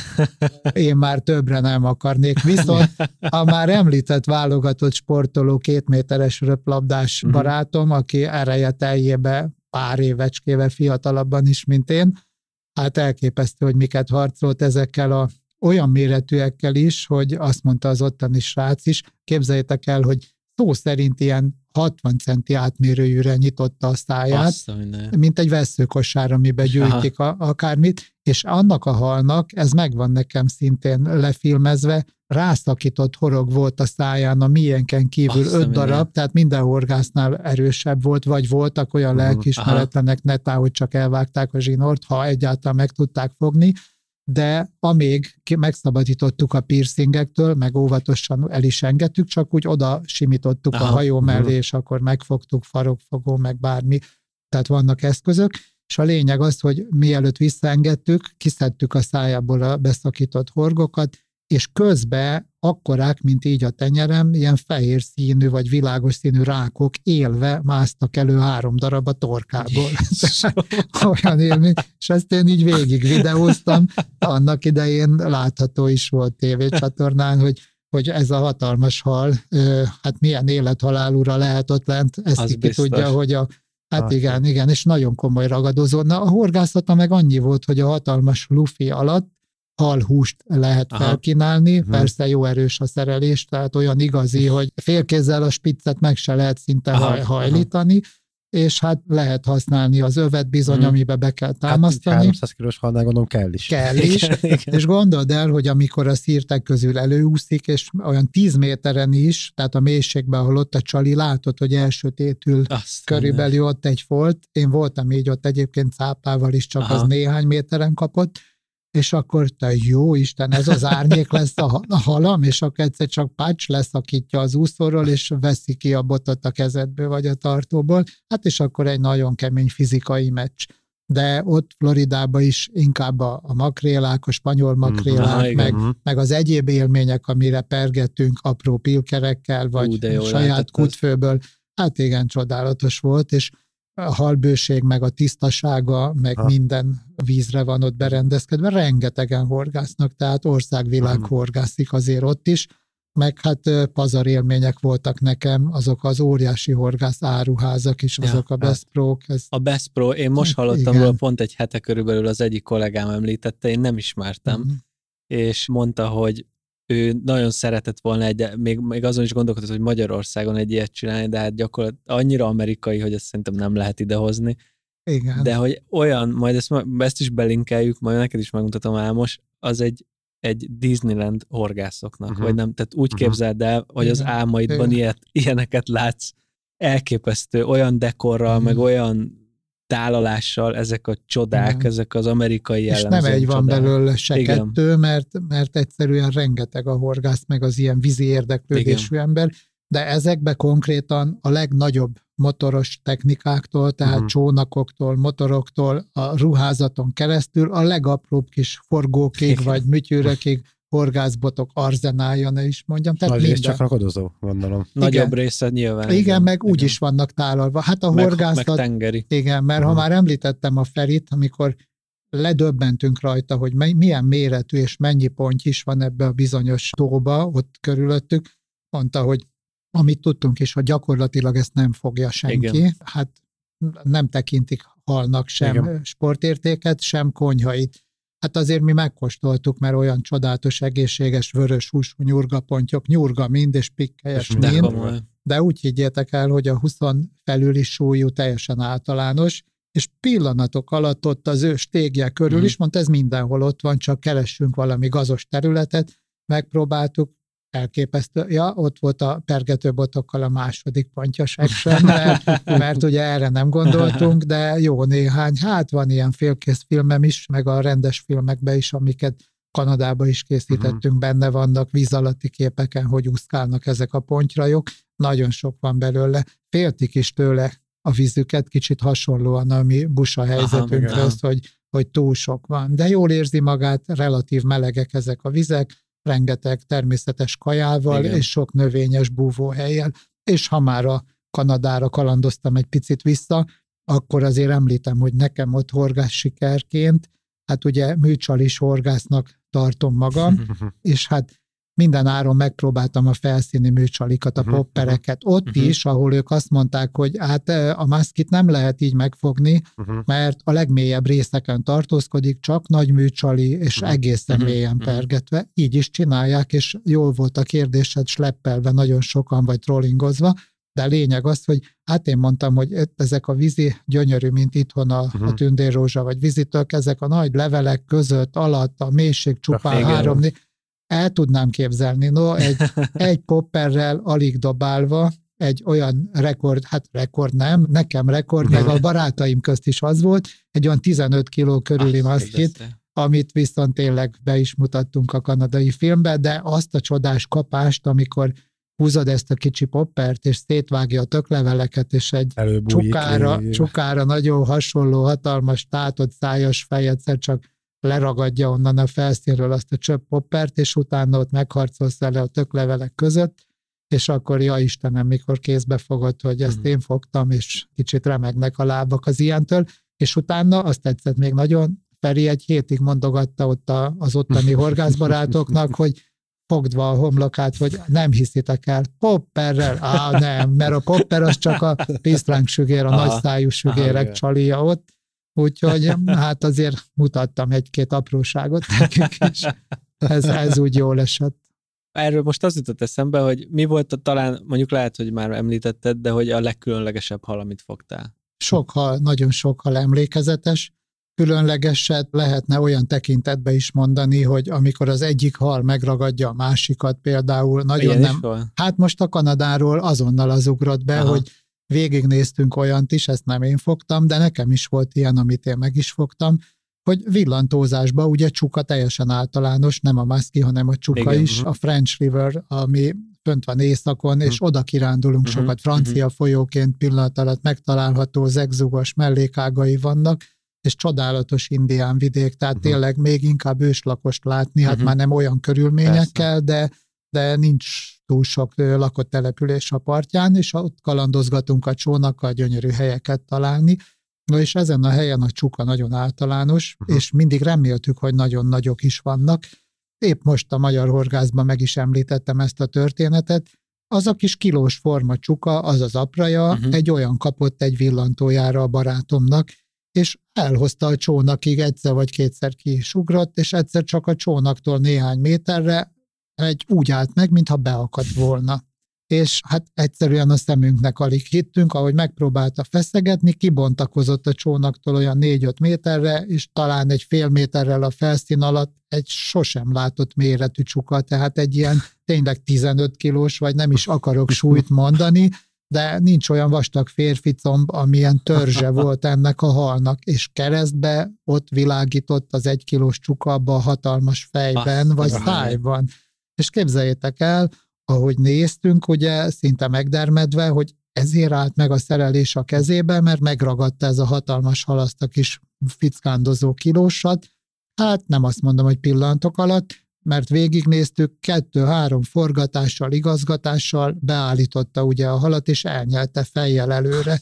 én már többre nem akarnék. Viszont a már említett válogatott sportoló 2 méteres röplabdás barátom, aki ereje teljébe pár évecskével fiatalabban is, mint én, hát elképesztő, hogy miket harcolt ezekkel a olyan méretűekkel is, hogy azt mondta az ottani srác is, képzeljétek el, hogy szó szerint ilyen 60 centi átmérőjűre nyitotta a száját, mint egy vesszőkosár, amiben gyűjtik akármit, és annak a halnak, ez megvan nekem szintén lefilmezve, rászakított horog volt a száján a milyenken kívül 5 darab, tehát minden horgásznál erősebb volt, vagy voltak olyan lelkiismeretlenek netán, hogy csak elvágták a zsinort, ha egyáltalán meg tudták fogni, de amíg megszabadítottuk a piercingektől, meg óvatosan el is engedtük, csak úgy oda simítottuk a hajó mellé, és akkor megfogtuk, farokfogó, meg bármi, tehát vannak eszközök, és a lényeg az, hogy mielőtt visszaengedtük, kiszedtük a szájából a beszakított horgokat, és közben akkorák, mint így a tenyerem, ilyen fehér színű vagy világos színű rákok élve másztak elő 3 darab a torkából. Olyan élmény, és ezt én így végig videóztam, annak idején látható is volt tévécsatornán, hogy ez a hatalmas hal, hát milyen élethalálúra lehet ott lent, ezt ki tudja, hogy igen, és nagyon komoly ragadozó. Na, a horgászata meg annyi volt, hogy a hatalmas lufi alatt halhúst lehet felkínálni, persze jó erős a szerelés, tehát olyan igazi, hogy félkézzel a spiccet meg se lehet szinte hajlítani, és hát lehet használni az övet bizony, amiben be kell támasztani. 300 kilós halnál gondolom kell is. Kell is, és gondold el, hogy amikor a szírtek közül előúszik, és olyan 10 méteren is, tehát a mélységben, ahol ott a csali, látod, hogy elsötétül körülbelül ott egy folt. Én voltam így ott egyébként cápával is, csak az néhány méteren kapott, és akkor te jó Isten, ez az árnyék lesz a halam, és akkor egyszer csak pács leszakítja az úszóról, és veszi ki a botot a kezedből, vagy a tartóból, hát és akkor egy nagyon kemény fizikai meccs. De ott Floridában is inkább a makrélák, a spanyol makrélák, meg az egyéb élmények, amire pergettünk apró pilkerekkel, vagy saját kutfőből, hát igen, csodálatos volt, és a halbőség, meg a tisztasága, meg minden vízre van ott berendezkedve, rengetegen horgásznak, tehát országvilág horgászik azért ott is, meg hát pazarélmények voltak nekem, azok az óriási horgász áruházak is, azok a Best Pro-k. A Best Pro, én most hallottam róla pont egy hete körülbelül, az egyik kollégám említette, én nem ismertem, és mondta, hogy ő nagyon szeretett volna még azon is gondolkodott, hogy Magyarországon egy ilyet csinálni, de hát gyakorlatilag annyira amerikai, hogy ezt szerintem nem lehet idehozni. Igen. De hogy olyan, majd ezt is belinkeljük, majd neked is megmutatom, Ámos, az egy Disneyland horgászoknak, vagy nem, tehát úgy képzeld el, hogy az álmaidban ilyeneket látsz, elképesztő, olyan dekorral, meg olyan tálalással, ezek a csodák, ezek az amerikai jellemző. És nem egy van belőle se kettő, mert egyszerűen rengeteg a horgász, meg az ilyen vízi érdeklődésű ember, de ezekbe konkrétan a legnagyobb motoros technikáktól, tehát csónakoktól, motoroktól, a ruházaton keresztül a legapróbb kis forgókig, vagy műtyűrökig, horgászbotok arzenálja, ne is mondjam. Tehát nagy rész csak ragadozó, gondolom. Nagyobb része nyilván. Igen, meg úgy is vannak tálalva. Hát a horgászat... Meg tengeri. Igen, mert ha már említettem a Ferit, amikor ledöbbentünk rajta, hogy milyen méretű és mennyi ponty is van ebbe a bizonyos tóba, ott körülöttük, mondta, hogy amit tudtunk is, hogy gyakorlatilag ezt nem fogja senki. Igen. Hát nem tekintik halnak sem sportértéket, sem konyhait. Hát azért mi megkóstoltuk, mert olyan csodálatos, egészséges, vörös húsú nyurgapontyok, nyurga mind, és pikkelyes mind. De úgy higgyétek el, hogy a 20 felüli súlyú teljesen általános, és pillanatok alatt ott az ő stégje körül is, mondta, ez mindenhol ott van, csak keressünk valami gazos területet, megpróbáltuk, elképesztő. Ja, ott volt a pergetőbotokkal a második pontyos action, mert ugye erre nem gondoltunk, de jó néhány. Hát van ilyen félkész filmem is, meg a rendes filmekben is, amiket Kanadában is készítettünk, benne vannak víz alatti képeken, hogy úszkálnak ezek a pontyrajok. Nagyon sok van belőle. Féltik is tőle a vízüket, kicsit hasonlóan a mi busa helyzetünkhöz, hogy túl sok van. De jól érzi magát, relatív melegek ezek a vizek, rengeteg természetes kajával, és sok növényes búvóhellyel. És ha már a Kanadára kalandoztam egy picit vissza, akkor azért említem, hogy nekem ott horgász sikerként, hát ugye műcsalis horgásznak tartom magam, és hát minden áron megpróbáltam a felszíni műcsalikat, a poppereket. Ott is, ahol ők azt mondták, hogy hát a maszkit nem lehet így megfogni, mert a legmélyebb részeken tartózkodik, csak nagy műcsali, és egészen mélyen pergetve. Így is csinálják, és jól volt a kérdésed, sleppelve nagyon sokan, vagy trollingozva, de a lényeg az, hogy hát én mondtam, hogy ezek a vízi gyönyörű, mint itthon a tündérrózsa, vagy vízitök, ezek a nagy levelek között, alatt, a mélység csupán 3-4, el tudnám képzelni. No, egy popperrel alig dobálva, egy olyan rekord nem, nekem rekord, meg a barátaim közt is az volt, egy olyan 15 kiló körüli maszkit, amit viszont tényleg be is mutattunk a kanadai filmbe, de azt a csodás kapást, amikor húzod ezt a kicsi poppert, és szétvágja a tökleveleket, és egy csukára nagyon hasonló, hatalmas, tátott, szájas fej egyszer csak leragadja onnan a felszínről azt a csöpp poppert, és utána ott megharcolsz vele a töklevelek között, és akkor, ja Istenem, mikor kézbe fogod, hogy ezt én fogtam, és kicsit remegnek a lábak az ilyentől, és utána azt tetszett még nagyon, Feri egy hétig mondogatta ott az ottani horgászbarátoknak, hogy fogdva a homlokát, hogy nem hiszitek el, popperrel? Nem, mert a popper az csak a pisztránk sügér, a nagyszájú sügérek csalija ott, úgyhogy hát azért mutattam egy-két apróságot nekik is. Ez úgy jól esett. Erről most az jutott eszembe, hogy mi volt talán, mondjuk lehet, hogy már említetted, de hogy a legkülönlegesebb hal, amit fogtál. Sok hal, nagyon sok hal emlékezetes. Különlegeset lehetne olyan tekintetbe is mondani, hogy amikor az egyik hal megragadja a másikat, például nagyon nem. Hát most a Kanadáról azonnal az ugrott be, hogy végignéztünk olyant is, ezt nem én fogtam, de nekem is volt ilyen, amit én meg is fogtam, hogy villantózásba, ugye csuka teljesen általános, nem a maszki, hanem a csuka is, a French River, ami fönt van északon, és oda kirándulunk sokat, francia folyóként pillanat alatt megtalálható, zegzugos mellékágai vannak, és csodálatos indián vidék, tehát tényleg még inkább őslakost látni, hát már nem olyan körülményekkel, de nincs túl sok lakott település a partján, és ott kalandozgatunk a csónakkal, gyönyörű helyeket találni. No, és ezen a helyen a csuka nagyon általános, és mindig reméltük, hogy nagyon nagyok is vannak. Épp most a Magyar Horgászban meg is említettem ezt a történetet. Az a kis kilós forma csuka, az az apraja, egy olyan kapott egy villantójára a barátomnak, és elhozta a csónakig, egyszer vagy kétszer ki is ugrott, és egyszer csak a csónaktól néhány méterre úgy állt meg, mintha beakadt volna. És hát egyszerűen a szemünknek alig hittünk, ahogy megpróbálta feszegetni, kibontakozott a csónaktól olyan 4-5 méterre, és talán egy fél méterrel a felszín alatt egy sosem látott méretű csuka, tehát egy ilyen tényleg 15 kilós, vagy nem is akarok súlyt mondani, de nincs olyan vastag férficomb, amilyen törzse volt ennek a halnak, és keresztbe ott világított az 1 kilós csuka abba a hatalmas fejben, vagy szájban. És képzeljétek el, ahogy néztünk, ugye szinte megdermedve, hogy ezért állt meg a szerelés a kezébe, mert megragadta ez a hatalmas hal azt a kis fickándozó kilósat. Hát nem azt mondom, hogy pillanatok alatt, mert végignéztük, 2-3 forgatással, igazgatással beállította ugye a halat, és elnyelte fejjel előre.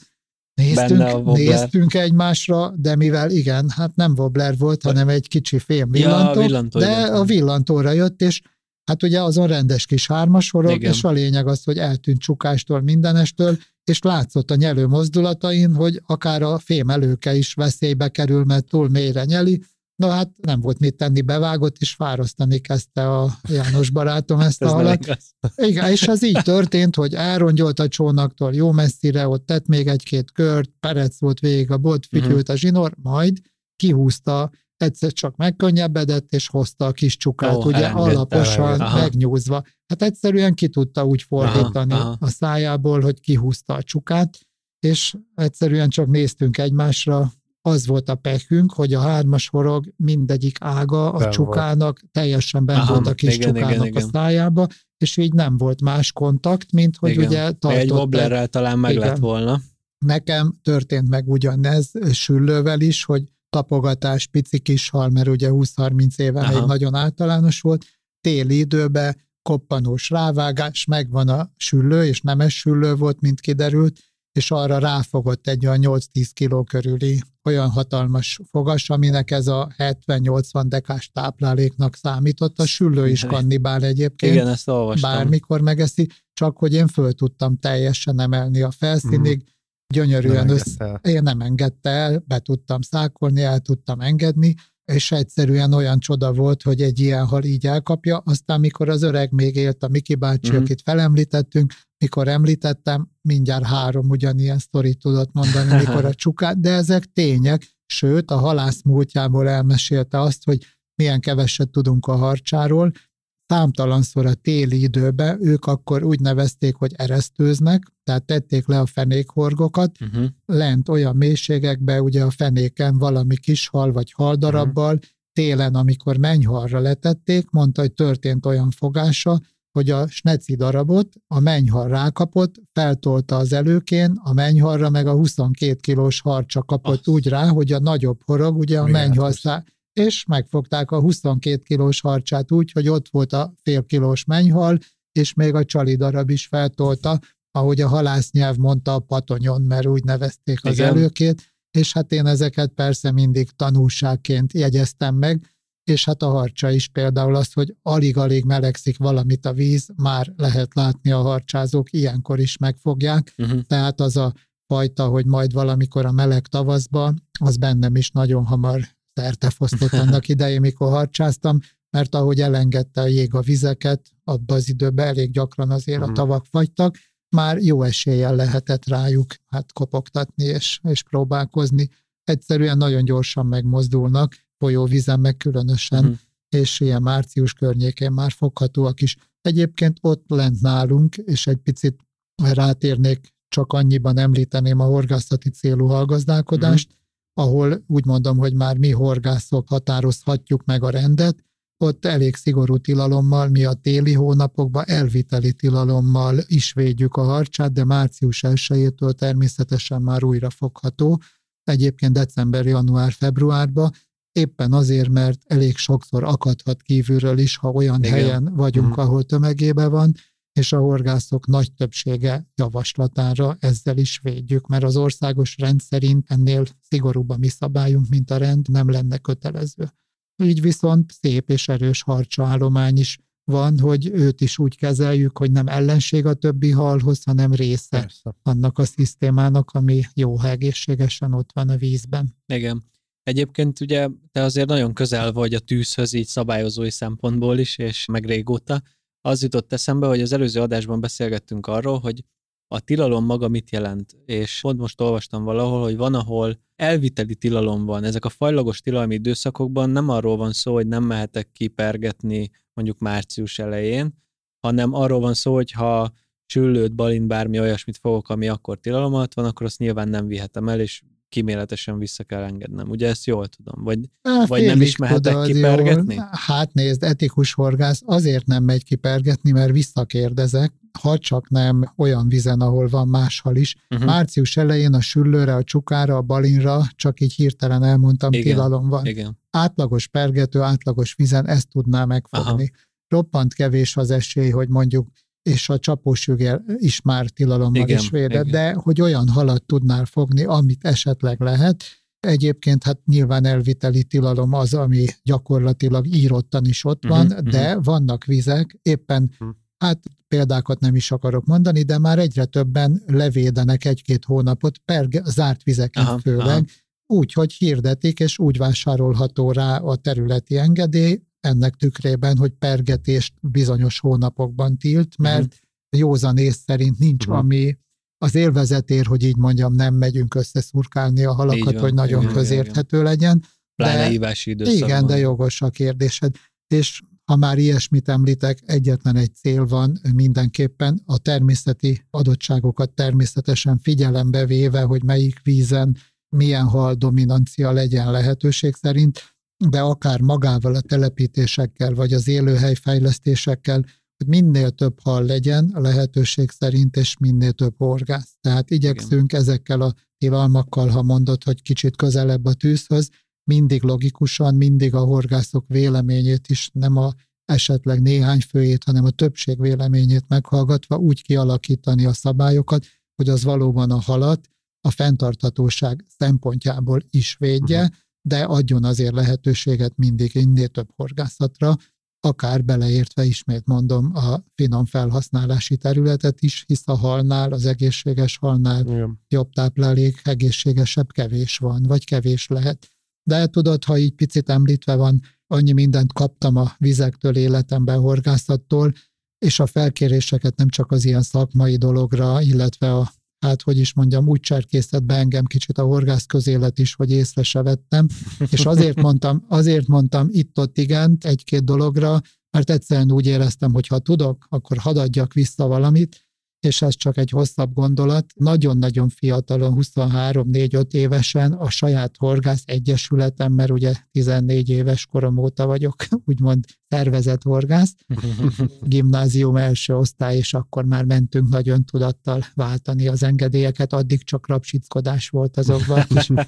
Néztünk egymásra, de mivel igen, hát nem wobbler volt, hanem egy kicsi fém villantó, de a villantóra jött, és hát ugye azon rendes kis 3-as horog, és a lényeg az, hogy eltűnt csukástól, mindenestől, és látszott a nyelő mozdulatain, hogy akár a fém előke is veszélybe kerül, mert túl mélyre nyeli. Na hát nem volt mit tenni, bevágott, és fárasztani kezdte a János barátom ezt a halat. Igen, és ez így történt, hogy elrongyolt a csónaktól jó messzire, ott tett még 1-2 kört, perec volt végig a bot, fütyült a zsinór, majd kihúzta, egyszer csak megkönnyebbedett, és hozta a kis csukát, ugye alaposan megnyúzva. Hát egyszerűen ki tudta úgy fordítani a szájából, hogy kihúzta a csukát, és egyszerűen csak néztünk egymásra. Az volt a pekünk, hogy a 3-as horog mindegyik ága a csukának teljesen bent volt a kis csukának a szájába, és így nem volt más kontakt, mint hogy ugye tartott. Egy wobblerrel talán meg lett volna. Nekem történt meg ugyanez süllővel is, hogy tapogatás, pici kis hal, mert ugye 20-30 éve még nagyon általános volt, téli időben koppanós rávágás, megvan a süllő, és nemes süllő volt, mint kiderült, és arra ráfogott egy olyan 8-10 kiló körüli olyan hatalmas fogas, aminek ez a 70-80 dekás tápláléknak számított. A süllő is kannibál egyébként. Igen, ezt olvastam. Bármikor megeszi, csak hogy én föl tudtam teljesen emelni a felszínig, gyönyörűen én nem engedte el, be tudtam szákolni, el tudtam engedni, és egyszerűen olyan csoda volt, hogy egy ilyen hal így elkapja, aztán mikor az öreg még élt, a Miki bácsi, akit felemlítettünk, mikor említettem, mindjárt 3 ugyanilyen sztorit tudott mondani, mikor a csukát, de ezek tények, sőt a halász múltjából elmesélte azt, hogy milyen keveset tudunk a harcsáról, számtalanszor a téli időben ők akkor úgy nevezték, hogy eresztőznek, tehát tették le a fenékhorgokat, lent olyan mélységekbe, ugye a fenéken valami kis hal vagy haldarabbal, télen, amikor mennyhalra letették, mondta, hogy történt olyan fogása, hogy a sneci darabot a mennyhal rákapott, feltolta az előkén, a mennyhalra meg a 22 kilós harcsa kapott úgy rá, hogy a nagyobb horog, ugye a mennyhal és megfogták a 22 kilós harcsát úgy, hogy ott volt a fél kilós mennyhal, és még a csali darab is feltolta, ahogy a halásznyelv mondta, a patonyon, mert úgy nevezték az előkét, és hát én ezeket persze mindig tanulságként jegyeztem meg, és hát a harcsa is például az, hogy alig-alig melegszik valamit a víz, már lehet látni a harcsázók, ilyenkor is megfogják, tehát az a fajta, hogy majd valamikor a meleg tavaszban, az bennem is nagyon hamar szertefosztott annak idején, mikor harcsáztam, mert ahogy elengedte a jég a vizeket, abban az időben elég gyakran azért a tavak fagytak, már jó eséllyel lehetett rájuk kopogtatni és próbálkozni. Egyszerűen nagyon gyorsan megmozdulnak, folyóvízen meg különösen, és ilyen március környékén már foghatóak is. Egyébként ott lent nálunk, és egy picit rátérnék, csak annyiban említeném a horgászati célú hallgazdálkodást, ahol úgy mondom, hogy már mi horgászok határozhatjuk meg a rendet, ott elég szigorú tilalommal, mi a téli hónapokban elviteli tilalommal is védjük a harcsát, de március 1-től természetesen már újra fogható, egyébként december, január, februárban, éppen azért, mert elég sokszor akadhat kívülről is, ha olyan helyen vagyunk, ahol tömegében van, és a horgászok nagy többsége javaslatára ezzel is védjük, mert az országos rend szerint ennél szigorúbb a mi szabályunk, mint a rend, nem lenne kötelező. Így viszont szép és erős harcsaállomány is van, hogy őt is úgy kezeljük, hogy nem ellenség a többi halhoz, hanem része annak a szisztémának, ami jó, ha egészségesen ott van a vízben. Igen. Egyébként ugye te azért nagyon közel vagy a tűzhöz, így szabályozói szempontból is, és meg régóta. Az jutott eszembe, hogy az előző adásban beszélgettünk arról, hogy a tilalom maga mit jelent, és pont most olvastam valahol, hogy van, ahol elviteli tilalom van. Ezek a fajlagos tilalmi időszakokban nem arról van szó, hogy nem mehetek kipergetni mondjuk március elején, hanem arról van szó, hogy ha csüllőt, balint, bármi olyasmit fogok, ami akkor tilalom alatt van, akkor azt nyilván nem vihetem el, és kíméletesen vissza kell engednem. Ugye ezt jól tudom? Vagy nem is mehetek kipergetni? Jól. Hát nézd, etikus horgász azért nem megy kipergetni, mert visszakérdezek, ha csak nem olyan vizen, ahol van más hal is. Március elején a süllőre, a csukára, a balinra, csak így hirtelen elmondtam, tilalom van. Átlagos pergető, átlagos vizen ezt tudná megfogni. Roppant kevés az esély, hogy mondjuk és a csapósügér is már tilalommal is védett, de hogy olyan halat tudnál fogni, amit esetleg lehet. Egyébként hát nyilván elviteli tilalom az, ami gyakorlatilag írottan is ott van, de vannak vizek, éppen hát példákat nem is akarok mondani, de már egyre többen levédenek 1-2 hónapot zárt vizeken főleg, úgy, hogy hirdetik, és úgy vásárolható rá a területi engedély, ennek tükrében, hogy pergetést bizonyos hónapokban tilt, mert józan ész szerint nincs, ami az élvezetér, hogy így mondjam, nem megyünk összeszurkálni a halakat, van, hogy nagyon közérthető legyen. Pláne ívási időszakban. Igen, de jogos a kérdésed. És ha már ilyesmit említek, egyetlen egy cél van mindenképpen, a természeti adottságokat természetesen figyelembe véve, hogy melyik vízen milyen hal dominancia legyen lehetőség szerint, de akár magával a telepítésekkel, vagy az élőhelyfejlesztésekkel, hogy minél több hal legyen a lehetőség szerint, és minél több horgász. Tehát igyekszünk ezekkel a tilalmakkal, ha mondod, hogy kicsit közelebb a tűzhöz, mindig logikusan, mindig a horgászok véleményét is, nem a esetleg néhány főjét, hanem a többség véleményét meghallgatva úgy kialakítani a szabályokat, hogy az valóban a halat a fenntarthatóság szempontjából is védje, de adjon azért lehetőséget mindig minél több horgászatra, akár beleértve, ismét mondom, a finom felhasználási területet is, hisz a halnál, az egészséges halnál jobb táplálék, egészségesebb kevés van, vagy kevés lehet. De tudod, ha így picit említve van, annyi mindent kaptam a vizektől, életemben, horgászattól, és a felkéréseket nem csak az ilyen szakmai dologra, illetve úgy cserkészett be engem kicsit a horgász közélet is, hogy észre se vettem, és azért mondtam itt-ott igent egy-két dologra, mert egyszerűen úgy éreztem, hogy ha tudok, akkor hadd adjak vissza valamit, és ez csak egy hosszabb gondolat. Nagyon-nagyon fiatalon, 23-4-5 évesen a saját horgász egyesületem, mert ugye 14 éves korom óta vagyok, úgymond szervezett horgász, gimnázium első osztály, és akkor már mentünk nagy öntudattal váltani az engedélyeket, addig csak rapsickodás volt azokban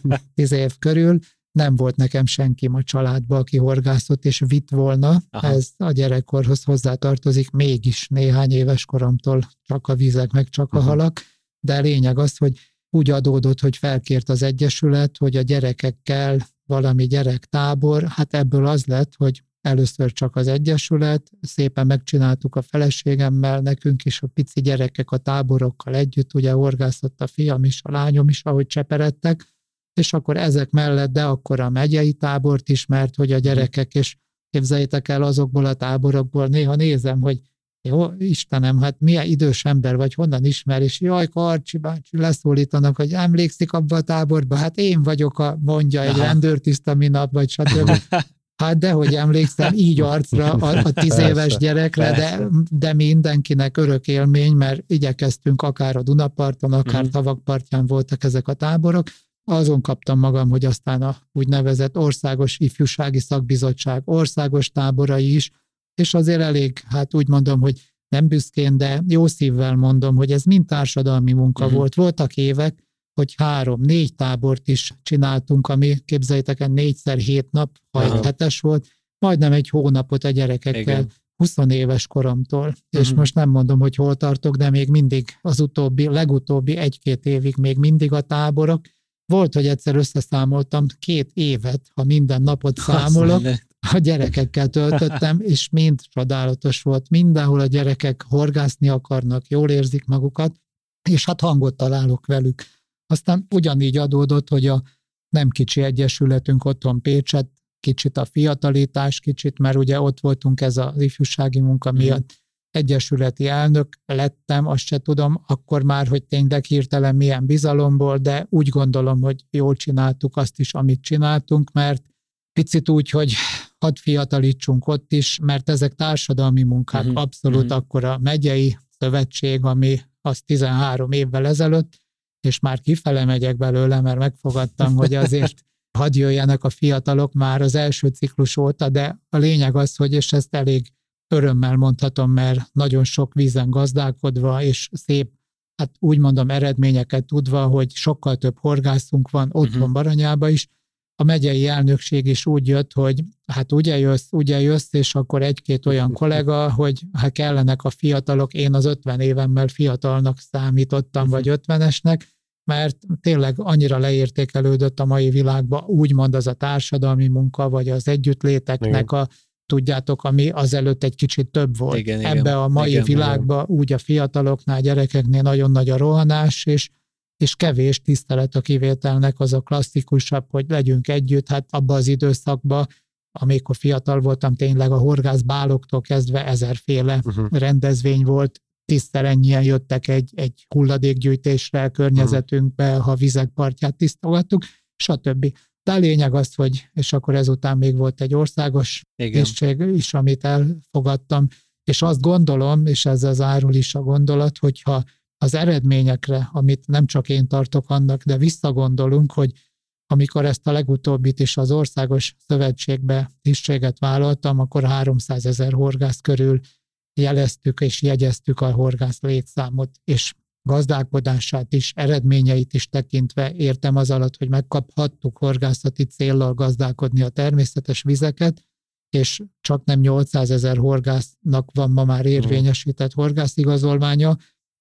10 év körül. Nem volt nekem senki a családban, aki horgászott, és vitt volna. Aha. Ez a gyerekkorhoz hozzátartozik, mégis néhány éves koromtól csak a vizek, meg csak a halak. De lényeg az, hogy úgy adódott, hogy felkért az egyesület, hogy a gyerekekkel valami gyerektábor, hát ebből az lett, hogy először csak az egyesület, szépen megcsináltuk a feleségemmel, nekünk is a pici gyerekek a táborokkal együtt, ugye horgászott a fiam is, a lányom is, ahogy cseperedtek, és akkor ezek mellett, de akkor a megyei tábort is, mert hogy a gyerekek, és képzeljétek el azokból a táborokból, néha nézem, hogy jó, Istenem, hát milyen idős ember vagy, honnan ismer, és jaj, Karcsi bácsi, leszólítanak, hogy emlékszik abba a táborba, hát én vagyok mondja egy rendőrtiszt a minap, vagy stb. Hát dehogy emlékszem így arcra a 10 éves gyerekre, de mindenkinek örök élmény, mert igyekeztünk akár a Dunaparton, akár tavakpartján voltak ezek a táborok. Azon kaptam magam, hogy aztán a úgynevezett Országos Ifjúsági Szakbizottság országos táborai is, és azért elég, hát úgy mondom, hogy nem büszkén, de jó szívvel mondom, hogy ez mind társadalmi munka volt. Voltak évek, hogy 3-4 tábort is csináltunk, ami képzeljétek el 4x7 nap, ha egy hetes volt, majdnem egy hónapot a gyerekekkel. Igen. 20 éves koromtól, és most nem mondom, hogy hol tartok, de még mindig az legutóbbi 1-2 évig még mindig a táborok. Volt, hogy egyszer összeszámoltam 2 évet, ha minden napot számolok, a gyerekekkel töltöttem, és mind csodálatos volt. Mindenhol a gyerekek horgászni akarnak, jól érzik magukat, és hát hangot találok velük. Aztán ugyanígy adódott, hogy a nem kicsi egyesületünk otthon Pécset, kicsit a fiatalítás, kicsit, mert ugye ott voltunk ez az ifjúsági munka miatt, egyesületi elnök lettem, azt se tudom akkor már, hogy tényleg hirtelen milyen bizalomból, de úgy gondolom, hogy jól csináltuk azt is, amit csináltunk, mert picit úgy, hogy hadd fiatalítsunk ott is, mert ezek társadalmi munkák, abszolút akkor a megyei szövetség, ami az 13 évvel ezelőtt, és már kifele megyek belőle, mert megfogadtam, hogy azért hadd jöjjenek a fiatalok már az első ciklus óta, de a lényeg az, hogy és ezt elég örömmel mondhatom, mert nagyon sok vízen gazdálkodva, és szép, hát úgy mondom eredményeket tudva, hogy sokkal több horgászunk van otthon Baranyába is. A megyei elnökség is úgy jött, hogy hát ugye jössz, és akkor 1-2 olyan kollega, hogy hát kellenek a fiatalok, én az 50 évemmel fiatalnak számítottam, vagy 50-esnek, mert tényleg annyira leértékelődött a mai világban, úgymond az a társadalmi munka, vagy az együttléteknek tudjátok, ami azelőtt egy kicsit több volt. Ebbe a mai világban úgy a fiataloknál, gyerekeknél nagyon nagy a rohanás, és kevés tisztelet a kivételnek, az a klasszikusabb, hogy legyünk együtt, hát abban az időszakban, amikor fiatal voltam, tényleg a horgászbáloktól kezdve 1000-féle rendezvény volt, 10-szer ennyien jöttek egy hulladékgyűjtésre környezetünkbe, ha vizek partját tisztogattuk, stb. De a lényeg az, hogy, és akkor ezután még volt egy országos tisztség is, amit elfogadtam, és azt gondolom, és ez zárul is a gondolat, hogyha az eredményekre, amit nem csak én tartok annak, de visszagondolunk, hogy amikor ezt a legutóbbit is az országos szövetségbe tisztséget vállaltam, akkor 300 000 horgász körül jeleztük és jegyeztük a horgász létszámot, és gazdálkodását is, eredményeit is tekintve értem az alatt, hogy megkaphattuk horgászati céllal gazdálkodni a természetes vizeket, és csak nem 800 000 horgásznak van ma már érvényesített horgászigazolványa,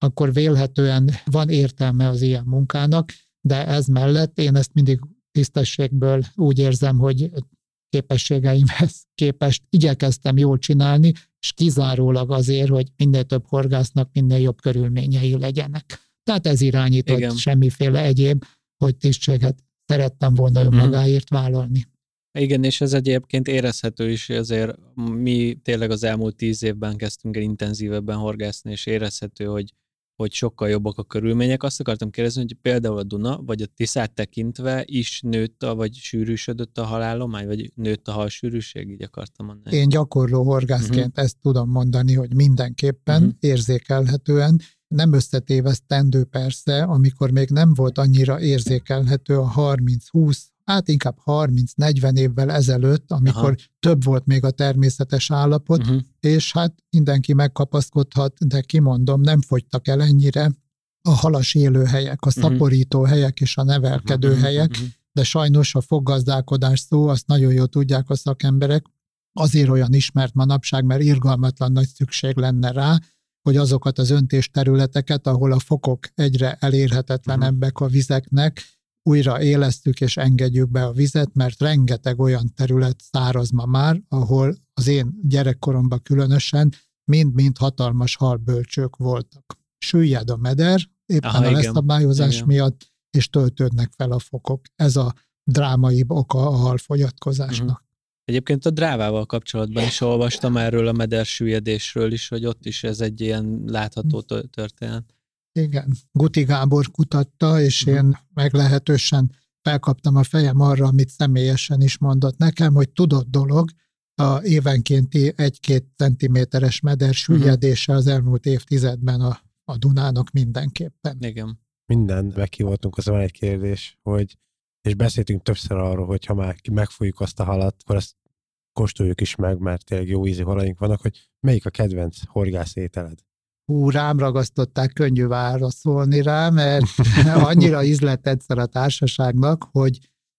akkor vélhetően van értelme az ilyen munkának, de ez mellett én ezt mindig tisztességből úgy érzem, hogy képességeimhez képest igyekeztem jól csinálni, és kizárólag azért, hogy minél több horgásznak minél jobb körülményei legyenek. Tehát ez irányított, igen. Semmiféle egyéb, hogy tisztséget szerettem volna önmagáért vállalni. Igen, és ez egyébként érezhető is, azért mi tényleg az elmúlt 10 évben kezdtünk el intenzívebben horgászni, és érezhető, hogy sokkal jobbak a körülmények. Azt akartam kérdezni, hogy például a Duna, vagy a Tiszát tekintve is nőtt, vagy sűrűsödött a halállomány, vagy nőtt a halsűrűség, így akartam mondani. Én gyakorló horgászként ezt tudom mondani, hogy mindenképpen érzékelhetően, nem összetévesztendő persze, amikor még nem volt annyira érzékelhető a 30-20, hát inkább 30-40 évvel ezelőtt, amikor több volt még a természetes állapot, és hát mindenki megkapaszkodhat, de kimondom, nem fogytak el ennyire a halas élőhelyek, a szaporító helyek és a nevelkedő helyek, de sajnos a foggazdálkodás szó, azt nagyon jól tudják a szakemberek, azért olyan ismert manapság, mert irgalmatlan nagy szükség lenne rá, hogy azokat az öntésterületeket, ahol a fokok egyre elérhetetlenebbek a vizeknek, újra élesztjük és engedjük be a vizet, mert rengeteg olyan terület száraz ma már, ahol az én gyerekkoromban különösen mind-mind hatalmas halbölcsők voltak. Süllyed a meder, éppen a leszabályozás miatt, és töltődnek fel a fokok. Ez a drámaibb oka a halfogyatkozásnak. Egyébként a Drávával kapcsolatban is olvastam erről a medersüllyedésről is, hogy ott is ez egy ilyen látható történet. Igen, Guti Gábor kutatta, és én meglehetősen felkaptam a fejem arra, amit személyesen is mondott nekem, hogy tudott dolog, a évenkénti 1-2 centiméteres meder süllyedése az elmúlt évtizedben a Dunának mindenképpen. Igen. Minden meghívottunk, az van egy kérdés, hogy és beszéltünk többször arról, hogy ha már megfújjuk azt a halat, akkor azt kóstoljuk is meg, mert tényleg jó ízű halaink vannak, hogy melyik a kedvenc horgász ételed? Rám ragasztották, könnyű válaszolni rá, mert annyira ízlett egyszer a társaságnak, hogy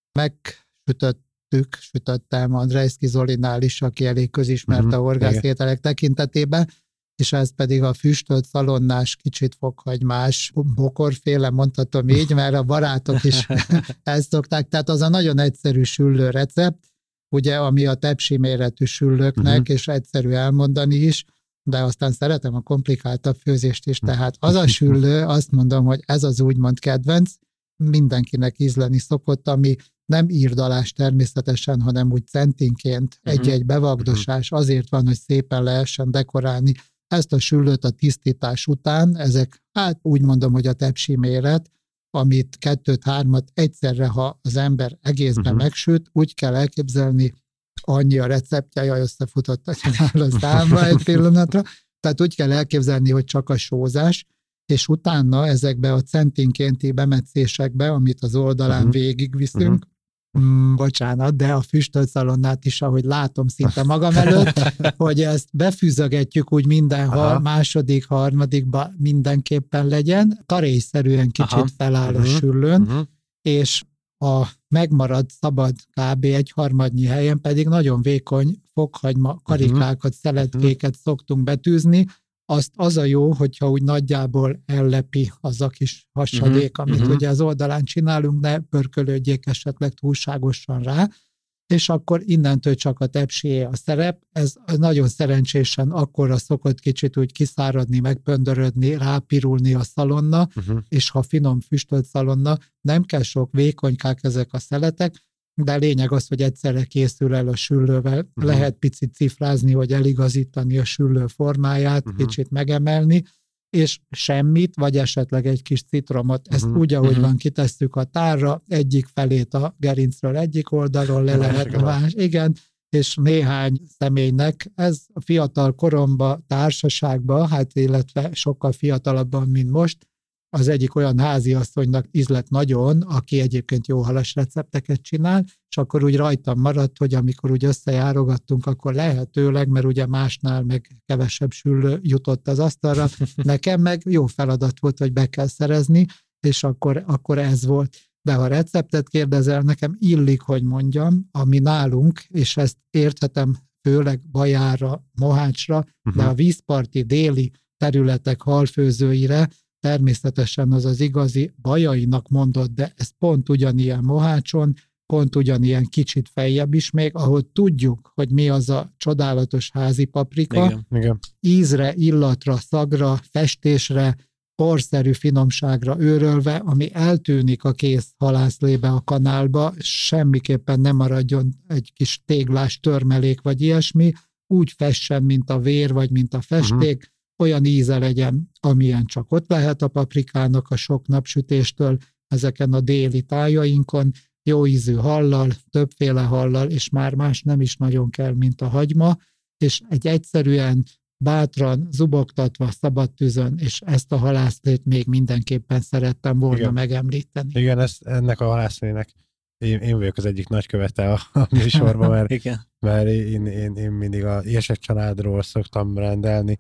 sütöttem Andrejszki Zolinál is, aki elég közismert a horgászételek tekintetében, és ez pedig a füstölt szalonnás, kicsit fokhagymás, bokorféle, mondhatom így, mert a barátok is ezt szokták. Tehát az a nagyon egyszerű süllő recept, ugye, ami a tepsi méretű süllőknek, és egyszerű elmondani is, de aztán szeretem a komplikáltabb főzést is, tehát az a süllő, azt mondom, hogy ez az úgymond kedvenc, mindenkinek ízleni szokott, ami nem írdalás természetesen, hanem úgy centinként egy-egy bevagdosás azért van, hogy szépen lehessen dekorálni ezt a süllőt a tisztítás után, ezek, hát úgy mondom, hogy a tepsi méret, amit 2-3 egyszerre, ha az ember egészben megsüt, úgy kell elképzelni, annyi a receptje, összefutott a számba egy pillanatra, tehát úgy kell elképzelni, hogy csak a sózás, és utána ezekbe a centinkénti bemetszésekbe, amit az oldalán végigviszünk, bocsánat, de a füstölt szalonnát is, ahogy látom szinte magam előtt, hogy ezt befűzögetjük úgy mindenhol, második, harmadikba mindenképpen legyen, taréjszerűen kicsit feláll a süllőn, és a megmaradt szabad kb. 1/3 helyen pedig nagyon vékony fokhagyma karikákat, szeletkéket szoktunk betűzni. Az a jó, hogyha úgy nagyjából ellepi az a kis hasadék, amit ugye az oldalán csinálunk, ne pörkölődjék esetleg túlságosan rá, és akkor innentől csak a tepsié a szerep. Ez nagyon szerencsésen akkorra szokott kicsit úgy kiszáradni, megpöndörödni, rápirulni a szalonna, és ha finom füstölt szalonna, nem kell sok, vékonykák ezek a szeletek, de a lényeg az, hogy egyszerre készül el a süllővel. Lehet picit cifrázni, hogy eligazítani a süllő formáját, kicsit megemelni, és semmit, vagy esetleg egy kis citromot, ezt úgy, ahogy van, kitesszük a tárra, egyik felét a gerincről egyik oldalon le lehet a más. Igen, és néhány személynek ez a fiatal koromban, társaságban, hát illetve sokkal fiatalabban, mint most, az egyik olyan háziasszonynak ízlett nagyon, aki egyébként jó halas recepteket csinál, és akkor úgy rajtam maradt, hogy amikor úgy összejárogattunk, akkor lehetőleg, mert ugye másnál meg kevesebb süllő jutott az asztalra, nekem meg jó feladat volt, hogy be kell szerezni, és akkor ez volt. De ha receptet kérdezel, nekem illik, hogy mondjam, ami nálunk, és ezt érthetem főleg Bajára, Mohácsra, de a vízparti déli területek halfőzőire, természetesen az igazi Bajainak mondott, de ez pont ugyanilyen Mohácson, pont ugyanilyen kicsit feljebb is még, ahol tudjuk, hogy mi az a csodálatos házi paprika. Igen. Ízre, illatra, szagra, festésre, porszerű finomságra őrölve, ami eltűnik a kész halászlébe a kanálba, semmiképpen nem maradjon egy kis téglás törmelék vagy ilyesmi, úgy fessen, mint a vér vagy mint a festék, olyan íze legyen, amilyen csak ott lehet a paprikának a sok napsütéstől, ezeken a déli tájainkon, jó ízű hallal, többféle hallal, és már más nem is nagyon kell, mint a hagyma, és egy egyszerűen, bátran, zubogtatva, szabad tűzön, és ezt a halászlét még mindenképpen szerettem volna megemlíteni. Igen, ennek a halászlének én vagyok az egyik nagykövete a műsorban, mert én mindig a Iesek családról szoktam rendelni,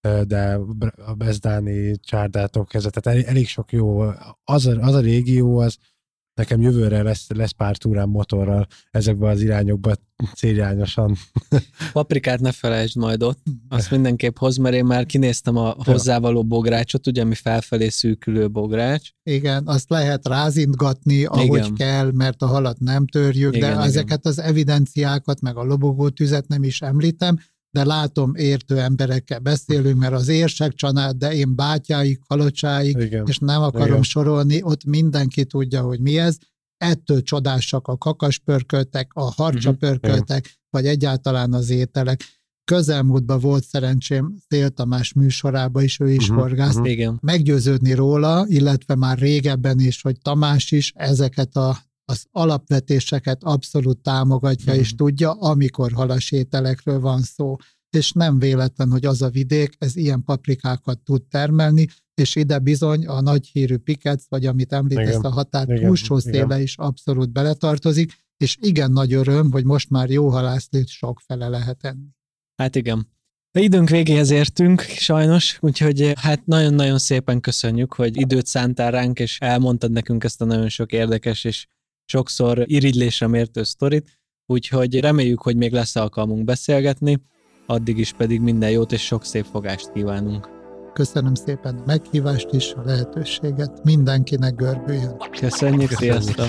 de a bezdáni csárdától kezdve, tehát elég sok jó, az a régió, az nekem jövőre lesz pár túrám motorral ezekben az irányokban célirányosan. Paprikát ne felejtsd majd ott, azt mindenképp hoz, mert én már kinéztem a hozzávaló bográcsot, ugye, ami felfelé szűkülő bogrács. Igen, azt lehet rázintgatni, ahogy kell, mert a halat nem törjük, de ezeket az evidenciákat, meg a lobogó tüzet nem is említem, de látom, értő emberekkel beszélünk, mert az Érsek család, de én bátyáig, kalocsáig, és nem akarom sorolni, ott mindenki tudja, hogy mi ez. Ettől csodásak a kakaspörköltek, a harcsapörköltek, vagy egyáltalán az ételek. Közelmúltban volt szerencsém Szél Tamás műsorába is, ő is horgászt. Meggyőződni róla, illetve már régebben is, hogy Tamás is ezeket az alapvetéseket abszolút támogatja és tudja, amikor halasételekről van szó. És nem véletlen, hogy az a vidék, ez ilyen paprikákat tud termelni, és ide bizony a nagyhírű Piketsz, vagy amit említesz, a határ túlsó széle is abszolút beletartozik, és igen nagy öröm, hogy most már jó halászlét sokfele lehet enni. Hát igen. De időnk végéhez értünk, sajnos, úgyhogy hát nagyon-nagyon szépen köszönjük, hogy időt szántál ránk, és elmondtad nekünk ezt a nagyon sok érdekes és sokszor irigylésre mértő sztorit, úgyhogy reméljük, hogy még lesz alkalmunk beszélgetni, addig is pedig minden jót és sok szép fogást kívánunk. Köszönöm szépen a meghívást is, a lehetőséget, mindenkinek görbüljön. Köszönjük, sziasztok!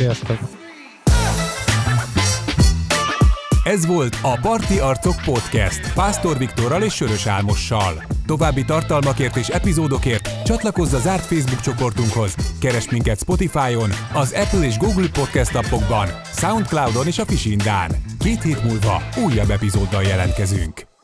Ez volt a Parti Arcok Podcast Pásztor Viktorral és Sörös Álmossal. További tartalmakért és epizódokért csatlakozz a zárt Facebook csoportunkhoz. Keresd minket Spotify-on, az Apple és Google Podcast appokban, Soundcloudon és a Fisindán. 2 hét múlva újabb epizóddal jelentkezünk.